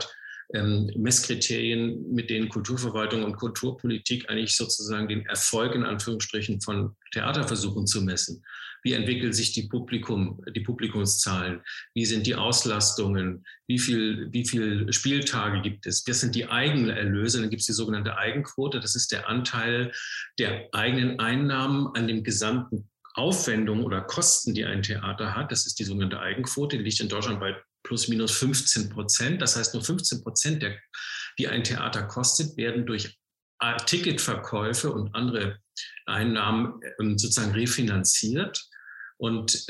Messkriterien, mit denen Kulturverwaltung und Kulturpolitik eigentlich sozusagen den Erfolg in Anführungsstrichen von Theaterversuchen zu messen. Wie entwickeln sich die Publikumszahlen? Wie sind die Auslastungen? Wie viel Spieltage gibt es? Was sind die Eigenerlöse? Dann gibt es die sogenannte Eigenquote. Das ist der Anteil der eigenen Einnahmen an den gesamten Aufwendungen oder Kosten, die ein Theater hat. Das ist die sogenannte Eigenquote. Die liegt in Deutschland bei plus minus 15%. Das heißt, nur 15%, die ein Theater kostet, werden durch Ticketverkäufe und andere Einnahmen sozusagen refinanziert. Und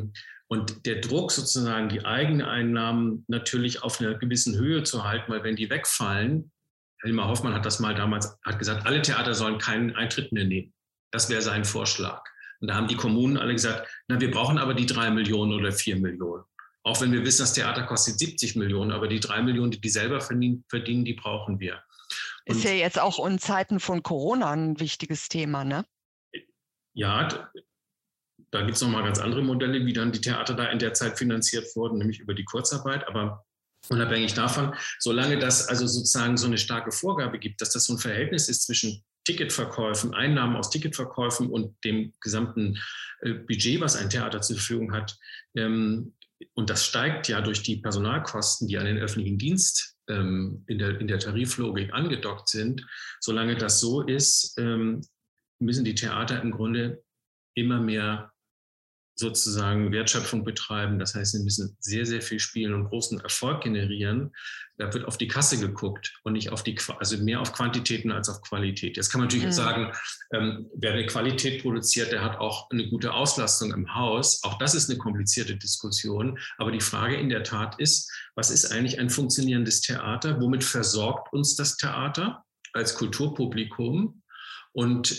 der Druck, sozusagen die eigenen Einnahmen natürlich auf einer gewissen Höhe zu halten, weil wenn die wegfallen, Hilmar Hoffmann hat das mal damals gesagt, alle Theater sollen keinen Eintritt mehr nehmen. Das wäre sein Vorschlag. Und da haben die Kommunen alle gesagt, na, wir brauchen aber die 3 Millionen oder 4 Millionen. Auch wenn wir wissen, das Theater kostet 70 Millionen, aber die 3 Millionen, die selber verdienen, die brauchen wir. Und ist ja jetzt auch in Zeiten von Corona ein wichtiges Thema, ne? Ja, da gibt es nochmal ganz andere Modelle, wie dann die Theater da in der Zeit finanziert wurden, nämlich über die Kurzarbeit. Aber unabhängig davon, solange das also sozusagen so eine starke Vorgabe gibt, dass das so ein Verhältnis ist zwischen Ticketverkäufen, Einnahmen aus Ticketverkäufen und dem gesamten Budget, was ein Theater zur Verfügung hat, und das steigt ja durch die Personalkosten, die an den öffentlichen Dienst in der Tariflogik angedockt sind. Solange das so ist, müssen die Theater im Grunde immer mehr sozusagen Wertschöpfung betreiben. Das heißt, sie müssen sehr, sehr viel spielen und großen Erfolg generieren. Da wird auf die Kasse geguckt und nicht also mehr auf Quantitäten als auf Qualität. Jetzt kann man natürlich sagen, wer eine Qualität produziert, der hat auch eine gute Auslastung im Haus. Auch das ist eine komplizierte Diskussion. Aber die Frage in der Tat ist, was ist eigentlich ein funktionierendes Theater? Womit versorgt uns das Theater als Kulturpublikum? Und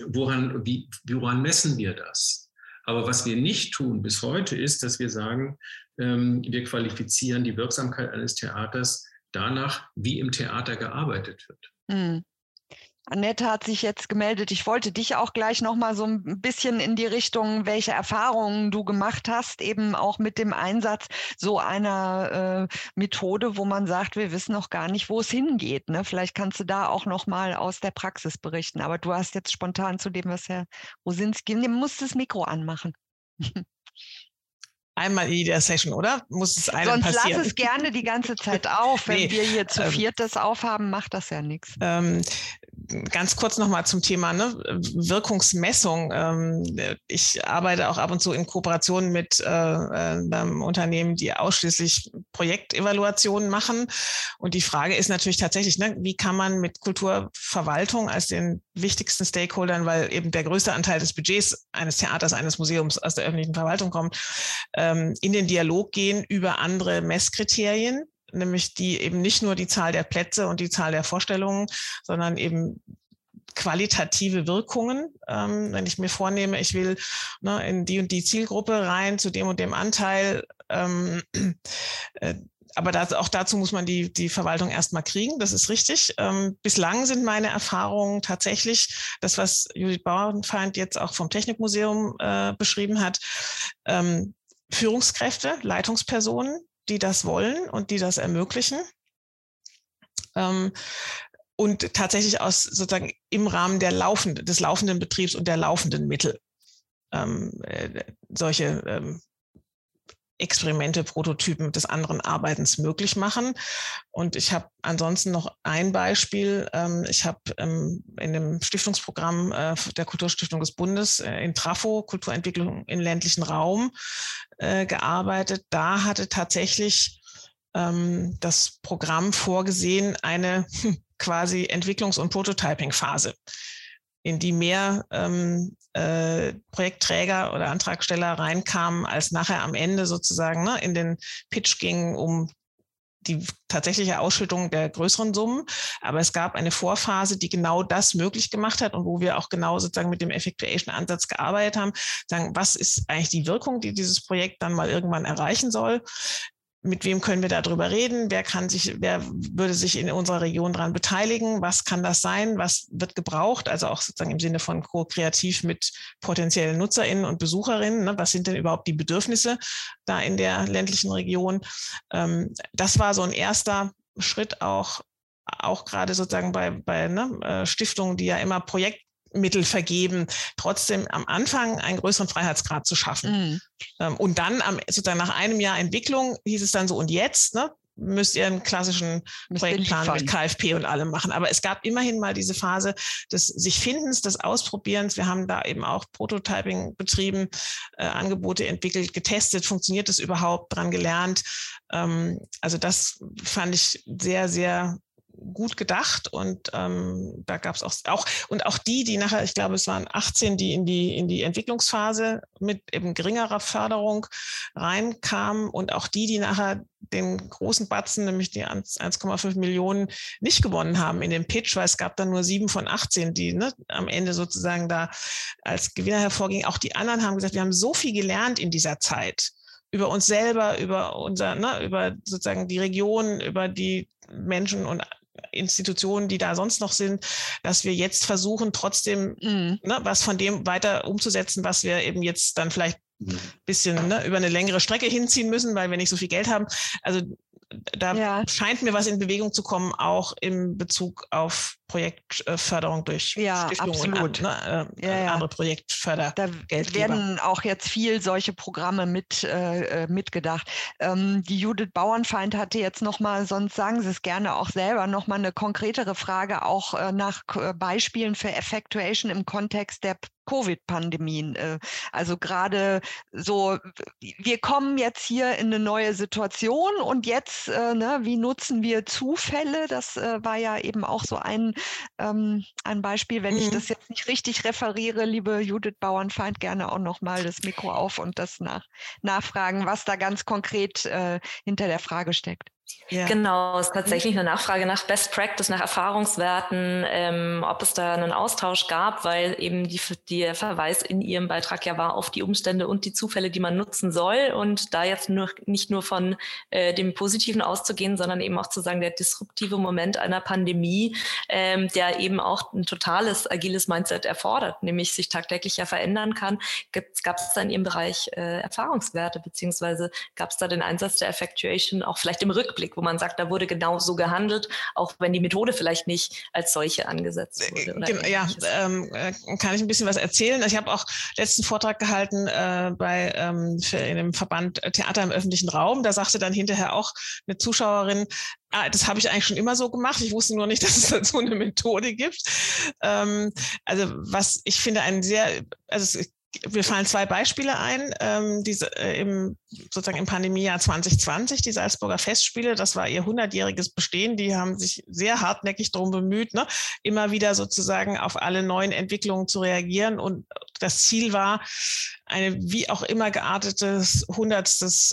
woran messen wir das? Aber was wir nicht tun bis heute ist, dass wir sagen, wir qualifizieren die Wirksamkeit eines Theaters danach, wie im Theater gearbeitet wird. Annette hat sich jetzt gemeldet. Ich wollte dich auch gleich noch mal so ein bisschen in die Richtung, welche Erfahrungen du gemacht hast, eben auch mit dem Einsatz so einer Methode, wo man sagt, wir wissen noch gar nicht, wo es hingeht. Ne? Vielleicht kannst du da auch noch mal aus der Praxis berichten. Aber du hast jetzt spontan zu dem, was Herr Rosinski, du musst das Mikro anmachen. Einmal in der Session, oder? Muss es einem passieren? Sonst lass es gerne die ganze Zeit auf. Wenn wir hier zu viert das aufhaben, macht das ja nichts. Ganz kurz nochmal zum Thema Wirkungsmessung. Ich arbeite auch ab und zu in Kooperation mit einem Unternehmen, die ausschließlich Projektevaluationen machen. Und die Frage ist natürlich tatsächlich, wie kann man mit Kulturverwaltung als den wichtigsten Stakeholdern, weil eben der größte Anteil des Budgets eines Theaters, eines Museums aus der öffentlichen Verwaltung kommt, in den Dialog gehen über andere Messkriterien, nämlich die eben nicht nur die Zahl der Plätze und die Zahl der Vorstellungen, sondern eben qualitative Wirkungen. Wenn ich mir vornehme, ich will in die und die Zielgruppe rein, zu dem und dem Anteil, aber auch dazu muss man die Verwaltung erstmal kriegen, das ist richtig. Bislang sind meine Erfahrungen tatsächlich, das, was Judith Bauernfeind jetzt auch vom Technikmuseum beschrieben hat, Führungskräfte, Leitungspersonen, die das wollen und die das ermöglichen. Und tatsächlich aus sozusagen im Rahmen des laufenden Betriebs und der laufenden Mittel solche Experimente, Prototypen des anderen Arbeitens möglich machen. Und ich habe ansonsten noch ein Beispiel. Ich habe in dem Stiftungsprogramm der Kulturstiftung des Bundes in Trafo, Kulturentwicklung im ländlichen Raum, gearbeitet. Da hatte tatsächlich das Programm vorgesehen, eine quasi Entwicklungs- und Prototyping-Phase, in die mehr Projektträger oder Antragsteller reinkamen, als nachher am Ende sozusagen in den Pitch ging, um die tatsächliche Ausschüttung der größeren Summen. Aber es gab eine Vorphase, die genau das möglich gemacht hat und wo wir auch genau sozusagen mit dem Effectuation-Ansatz gearbeitet haben, sagen, was ist eigentlich die Wirkung, die dieses Projekt dann mal irgendwann erreichen soll? Mit wem können wir darüber reden? Wer würde sich in unserer Region daran beteiligen? Was kann das sein? Was wird gebraucht? Also auch sozusagen im Sinne von ko-kreativ mit potenziellen NutzerInnen und BesucherInnen. Ne? Was sind denn überhaupt die Bedürfnisse da in der ländlichen Region? Das war so ein erster Schritt auch gerade sozusagen bei Stiftungen, die ja immer Projektmittel vergeben, trotzdem am Anfang einen größeren Freiheitsgrad zu schaffen. Und dann sozusagen nach einem Jahr Entwicklung hieß es dann so, und jetzt müsst ihr einen klassischen Projektplan mit KfP und allem machen. Aber es gab immerhin mal diese Phase des Sich-Findens, des Ausprobierens. Wir haben da eben auch Prototyping betrieben, Angebote entwickelt, getestet, funktioniert das überhaupt, dran gelernt. Also das fand ich sehr, sehr gut gedacht, und da gab es auch die nachher, ich glaube, es waren 18, die in die Entwicklungsphase mit eben geringerer Förderung reinkamen, und auch die nachher den großen Batzen, nämlich die 1,5 Millionen, nicht gewonnen haben in dem Pitch, weil es gab dann nur 7 von 18, die am Ende sozusagen da als Gewinner hervorgingen. Auch die anderen haben gesagt, wir haben so viel gelernt in dieser Zeit über uns selber, über sozusagen die Region, über die Menschen und Institutionen, die da sonst noch sind, dass wir jetzt versuchen, trotzdem was von dem weiter umzusetzen, was wir eben jetzt dann vielleicht ein bisschen über eine längere Strecke hinziehen müssen, weil wir nicht so viel Geld haben. Also da scheint mir was in Bewegung zu kommen, auch in Bezug auf Projektförderung durch Stiftungen und andere Projektfördergeldgeber. Da werden auch jetzt viel solche Programme mitgedacht. Die Judith Bauernfeind hatte jetzt nochmal, sonst sagen Sie es gerne auch selber, nochmal eine konkretere Frage auch nach Beispielen für Effectuation im Kontext der Covid-Pandemien. Also gerade so, wir kommen jetzt hier in eine neue Situation, und jetzt, wie nutzen wir Zufälle? Das war ja eben auch so ein Beispiel. Wenn ich das jetzt nicht richtig referiere, liebe Judith Bauernfeind, gerne auch nochmal das Mikro auf und das nachfragen, was da ganz konkret hinter der Frage steckt. Ja. Genau, es ist tatsächlich eine Nachfrage nach Best Practice, nach Erfahrungswerten, ob es da einen Austausch gab, weil eben der Verweis in Ihrem Beitrag ja war auf die Umstände und die Zufälle, die man nutzen soll, und da jetzt nicht nur von dem Positiven auszugehen, sondern eben auch zu sagen, der disruptive Moment einer Pandemie, der eben auch ein totales agiles Mindset erfordert, nämlich sich tagtäglich ja verändern kann. Gab es da in Ihrem Bereich Erfahrungswerte, beziehungsweise gab es da den Einsatz der Effectuation auch vielleicht im Rückblick, wo man sagt, da wurde genau so gehandelt, auch wenn die Methode vielleicht nicht als solche angesetzt wurde? Kann ich ein bisschen was erzählen. Ich habe auch letzten Vortrag gehalten in dem Verband Theater im öffentlichen Raum. Da sagte dann hinterher auch eine Zuschauerin, das habe ich eigentlich schon immer so gemacht. Ich wusste nur nicht, dass es dazu eine Methode gibt. Also was ich finde mir fallen 2 Beispiele ein, sozusagen im Pandemiejahr 2020, die Salzburger Festspiele, das war ihr 100-jähriges Bestehen, die haben sich sehr hartnäckig darum bemüht, immer wieder sozusagen auf alle neuen Entwicklungen zu reagieren, und das Ziel war, eine wie auch immer geartetes 100.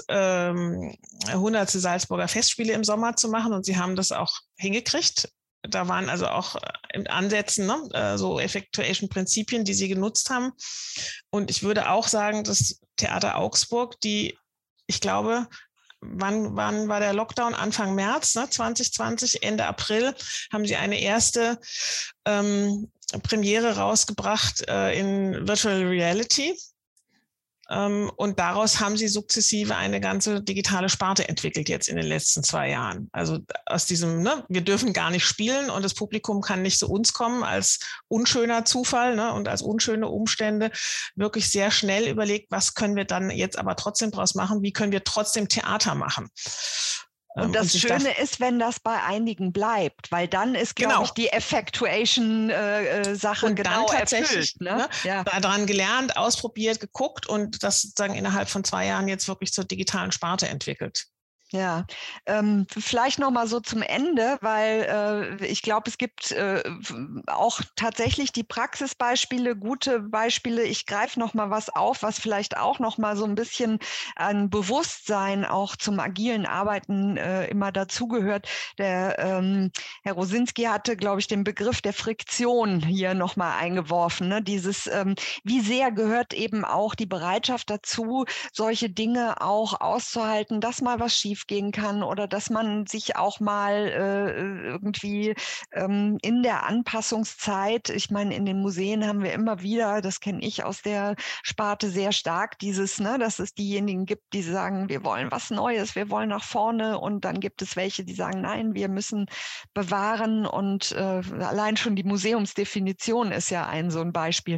Salzburger Festspiele im Sommer zu machen, und sie haben das auch hingekriegt. Da waren also auch in Ansätzen so Effectuation-Prinzipien, die sie genutzt haben. Und ich würde auch sagen, das Theater Augsburg, ich glaube, wann war der Lockdown? Anfang März 2020, Ende April, haben sie eine erste Premiere rausgebracht in Virtual Reality. Und daraus haben sie sukzessive eine ganze digitale Sparte entwickelt jetzt in den letzten 2 Jahren. Also aus diesem, wir dürfen gar nicht spielen und das Publikum kann nicht zu uns kommen, als unschöner Zufall und als unschöne Umstände, wirklich sehr schnell überlegt, was können wir dann jetzt aber trotzdem draus machen, wie können wir trotzdem Theater machen. Und das Schöne ist, wenn das bei einigen bleibt, weil dann ist, glaube ich, die Effectuation-Sache genau erfüllt. Daran gelernt, ausprobiert, geguckt und das sozusagen innerhalb von 2 Jahren jetzt wirklich zur digitalen Sparte entwickelt. Ja, vielleicht noch mal so zum Ende, weil ich glaube, es gibt auch tatsächlich die Praxisbeispiele, gute Beispiele. Ich greife noch mal was auf, was vielleicht auch noch mal so ein bisschen an Bewusstsein auch zum agilen Arbeiten immer dazugehört. Der Herr Rosinski hatte, glaube ich, den Begriff der Friktion hier noch mal eingeworfen. Ne? Dieses, wie sehr gehört eben auch die Bereitschaft dazu, solche Dinge auch auszuhalten, dass mal was schief gehen kann oder dass man sich auch mal irgendwie in der Anpassungszeit, ich meine, in den Museen haben wir immer wieder, das kenne ich aus der Sparte sehr stark, dieses, ne, dass es diejenigen gibt, die sagen, wir wollen was Neues, wir wollen nach vorne, und dann gibt es welche, die sagen, nein, wir müssen bewahren, und allein schon die Museumsdefinition ist ja so ein Beispiel.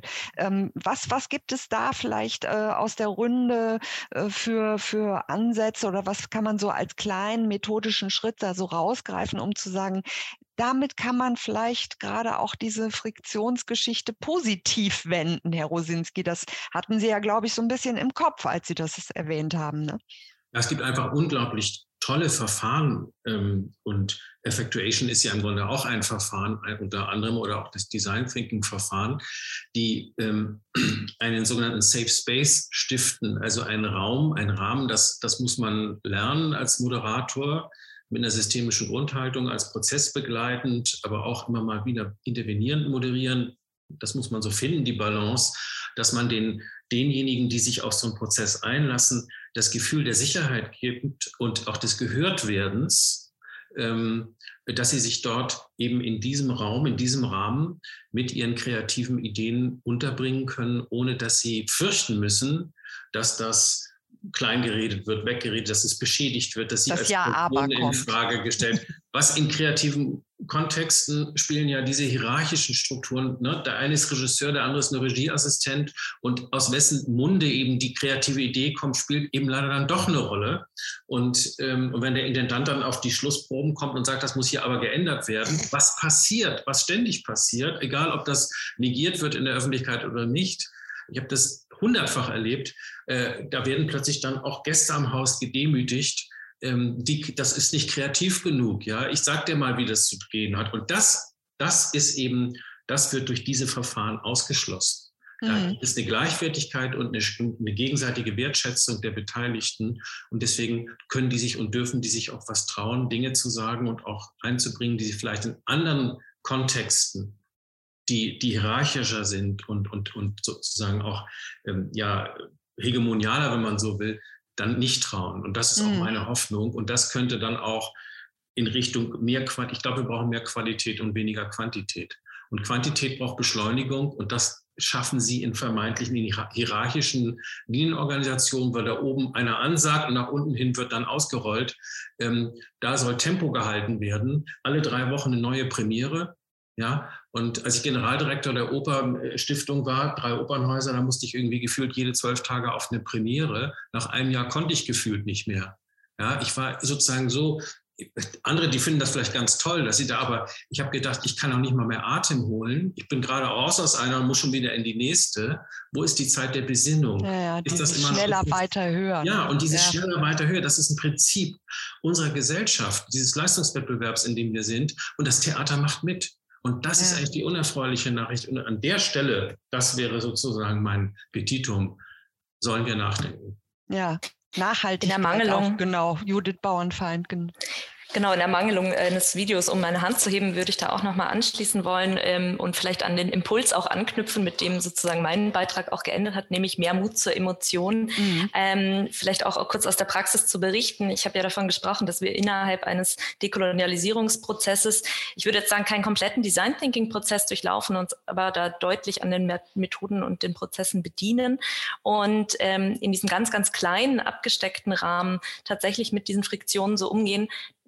Was gibt es da vielleicht aus der Runde für Ansätze, oder was kann man so als kleinen methodischen Schritt da so rausgreifen, um zu sagen, damit kann man vielleicht gerade auch diese Friktionsgeschichte positiv wenden, Herr Rosinski? Das hatten Sie ja, glaube ich, so ein bisschen im Kopf, als Sie das erwähnt haben. Ne? Ja, es gibt einfach unglaublich tolle Verfahren, und Effectuation ist ja im Grunde auch ein Verfahren, unter anderem, oder auch das Design Thinking Verfahren, die einen sogenannten Safe Space stiften, also einen Rahmen, das muss man lernen als Moderator mit einer systemischen Grundhaltung, als prozessbegleitend, aber auch immer mal wieder intervenierend moderieren. Das muss man so finden, die Balance, dass man denjenigen, die sich auf so einen Prozess einlassen, das Gefühl der Sicherheit gibt und auch des Gehörtwerdens, dass sie sich dort eben in diesem Rahmen mit ihren kreativen Ideen unterbringen können, ohne dass sie fürchten müssen, dass das kleingeredet wird, weggeredet, dass es beschädigt wird, dass sie als Person in Frage gestellt. Was in kreativen Kontexten spielen ja diese hierarchischen Strukturen. Ne? Der eine ist Regisseur, der andere ist nur Regieassistent, und aus wessen Munde eben die kreative Idee kommt, spielt eben leider dann doch eine Rolle. Und wenn der Intendant dann auf die Schlussproben kommt und sagt, das muss hier aber geändert werden, was passiert, was ständig passiert, egal ob das negiert wird in der Öffentlichkeit oder nicht. Ich habe das 100-fach erlebt. Da werden plötzlich dann auch Gäste am Haus gedemütigt. Das ist nicht kreativ genug. Ja, ich sag dir mal, wie das zu drehen hat. Und das wird durch diese Verfahren ausgeschlossen. Da gibt es eine Gleichwertigkeit und eine gegenseitige Wertschätzung der Beteiligten. Und deswegen können die sich und dürfen die sich auch was trauen, Dinge zu sagen und auch einzubringen, die sie vielleicht in anderen Kontexten, die hierarchischer sind und sozusagen auch hegemonialer, wenn man so will, dann nicht trauen. Und das ist auch meine Hoffnung. Und das könnte dann auch in Richtung mehr Qualität, ich glaube, wir brauchen mehr Qualität und weniger Quantität. Und Quantität braucht Beschleunigung, und das schaffen sie in vermeintlichen hierarchischen Linienorganisationen, weil da oben einer ansagt und nach unten hin wird dann ausgerollt. Da soll Tempo gehalten werden. Alle 3 Wochen eine neue Premiere. Ja, und als ich Generaldirektor der Oper-Stiftung war, 3 Opernhäuser, da musste ich irgendwie gefühlt jede 12 Tage auf eine Premiere. Nach einem Jahr konnte ich gefühlt nicht mehr. Ja, ich war sozusagen so, andere, die finden das vielleicht ganz toll, dass sie da, aber ich habe gedacht, ich kann auch nicht mal mehr Atem holen. Ich bin gerade raus aus einer und muss schon wieder in die nächste. Wo ist die Zeit der Besinnung? Ja, ist das immer schneller, weiter, höher. Ja, und dieses schneller, weiter, höher, das ist ein Prinzip unserer Gesellschaft, dieses Leistungswettbewerbs, in dem wir sind. Und das Theater macht mit. Und das ist eigentlich die unerfreuliche Nachricht. Und an der Stelle, das wäre sozusagen mein Petitum, sollen wir nachdenken. Ja, Nachhaltigkeit. In der Mangelung. Auch, genau, Judith Bauernfeind. Genau, in der Mangelung eines Videos, um meine Hand zu heben, würde ich da auch nochmal anschließen wollen und vielleicht an den Impuls auch anknüpfen, mit dem sozusagen mein Beitrag auch geendet hat, nämlich mehr Mut zur Emotion. Vielleicht auch kurz aus der Praxis zu berichten. Ich habe ja davon gesprochen, dass wir innerhalb eines Dekolonialisierungsprozesses, ich würde jetzt sagen, keinen kompletten Design-Thinking-Prozess durchlaufen, uns aber da deutlich an den Methoden und den Prozessen bedienen und in diesem ganz, ganz kleinen, abgesteckten Rahmen tatsächlich mit diesen Friktionen so umgehen,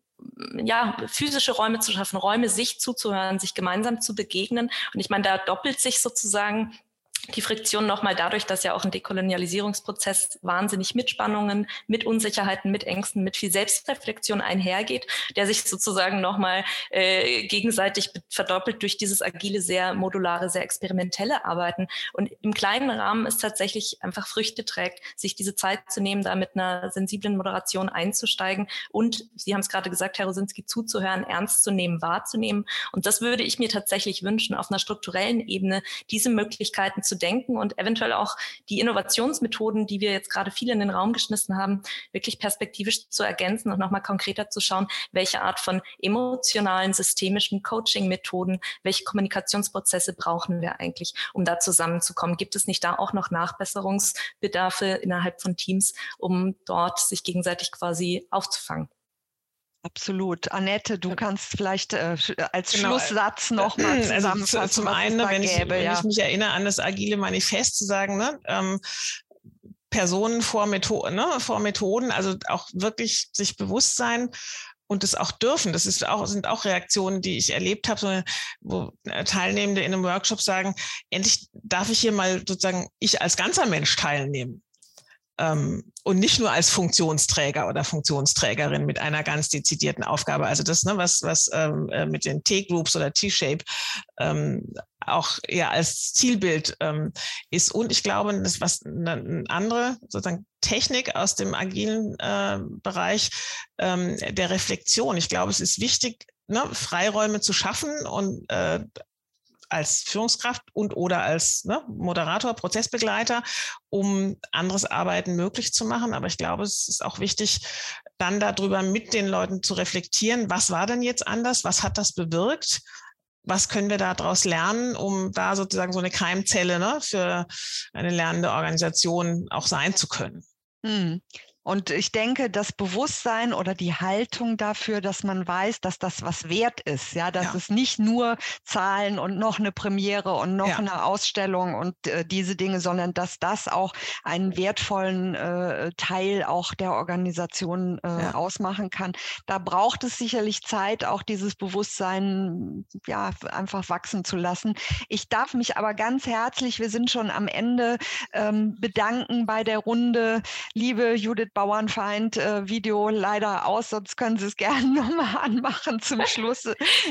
ja, physische Räume zu schaffen, Räume sich zuzuhören, sich gemeinsam zu begegnen. Und ich meine, da doppelt sich sozusagen Die Friktion nochmal dadurch, dass ja auch ein Dekolonialisierungsprozess wahnsinnig mit Spannungen, mit Unsicherheiten, mit Ängsten, mit viel Selbstreflexion einhergeht, der sich sozusagen nochmal gegenseitig verdoppelt durch dieses agile, sehr modulare, sehr experimentelle Arbeiten. Und im kleinen Rahmen es tatsächlich einfach Früchte trägt, sich diese Zeit zu nehmen, da mit einer sensiblen Moderation einzusteigen und, Sie haben es gerade gesagt, Herr Rosinski, zuzuhören, ernst zu nehmen, wahrzunehmen. Und das würde ich mir tatsächlich wünschen, auf einer strukturellen Ebene diese Möglichkeiten zu denken und eventuell auch die Innovationsmethoden, die wir jetzt gerade viel in den Raum geschmissen haben, wirklich perspektivisch zu ergänzen und nochmal konkreter zu schauen, welche Art von emotionalen, systemischen Coaching-Methoden, welche Kommunikationsprozesse brauchen wir eigentlich, um da zusammenzukommen. Gibt es nicht da auch noch Nachbesserungsbedarfe innerhalb von Teams, um dort sich gegenseitig quasi aufzufangen? Absolut. Annette, du kannst vielleicht als Schlusssatz noch mal zusammenfassen, also zum einen, wenn ich mich erinnere an das agile Manifest, zu sagen, ne, Personen vor Methoden, also auch wirklich sich bewusst sein und es auch dürfen. Das sind auch Reaktionen, die ich erlebt habe, wo Teilnehmende in einem Workshop sagen, endlich darf ich hier mal sozusagen ich als ganzer Mensch teilnehmen. Und nicht nur als Funktionsträger oder Funktionsträgerin mit einer ganz dezidierten Aufgabe. Also das, ne, was mit den T-Groups oder T-Shape auch eher als Zielbild ist. Und ich glaube, das was eine andere sozusagen Technik aus dem agilen Bereich der Reflexion. Ich glaube, es ist wichtig, ne, Freiräume zu schaffen und als Führungskraft und oder als Moderator, Prozessbegleiter, um anderes Arbeiten möglich zu machen. Aber ich glaube, es ist auch wichtig, dann darüber mit den Leuten zu reflektieren, was war denn jetzt anders, was hat das bewirkt, was können wir daraus lernen, um da sozusagen so eine Keimzelle für eine lernende Organisation auch sein zu können. Und ich denke, das Bewusstsein oder die Haltung dafür, dass man weiß, dass das was wert ist, ja, dass es nicht nur Zahlen und noch eine Premiere und noch eine Ausstellung und diese Dinge, sondern dass das auch einen wertvollen Teil auch der Organisation ausmachen kann. Da braucht es sicherlich Zeit, auch dieses Bewusstsein einfach wachsen zu lassen. Ich darf mich aber ganz herzlich, wir sind schon am Ende, bedanken bei der Runde. Liebe Judith Bauernfeind, Video leider aus, sonst können Sie es gerne nochmal anmachen zum Schluss.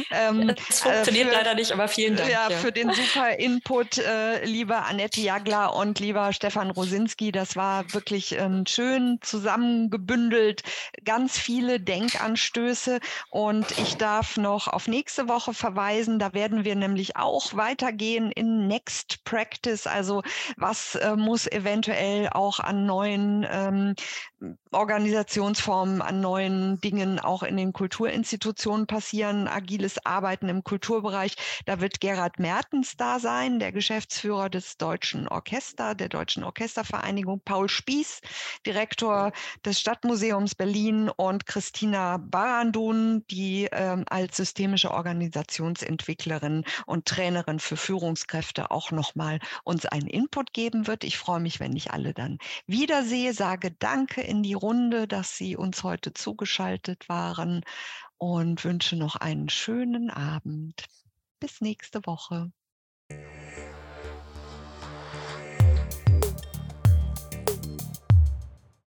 Es funktioniert leider nicht, aber vielen Dank. Ja, für den super Input, liebe Annette Jagler und lieber Stefan Rosinski. Das war wirklich schön zusammengebündelt, ganz viele Denkanstöße. Und ich darf noch auf nächste Woche verweisen. Da werden wir nämlich auch weitergehen in Next Practice. Also was muss eventuell auch an neuen Organisationsformen, an neuen Dingen auch in den Kulturinstitutionen passieren, agiles Arbeiten im Kulturbereich. Da wird Gerhard Mertens da sein, der Geschäftsführer des Deutschen Orchester, der Deutschen Orchestervereinigung, Paul Spieß, Direktor des Stadtmuseums Berlin und Christina Barandun, die als systemische Organisationsentwicklerin und Trainerin für Führungskräfte auch nochmal uns einen Input geben wird. Ich freue mich, wenn ich alle dann wiedersehe, sage Danke in die Runde, dass Sie uns heute zugeschaltet waren und wünsche noch einen schönen Abend. Bis nächste Woche.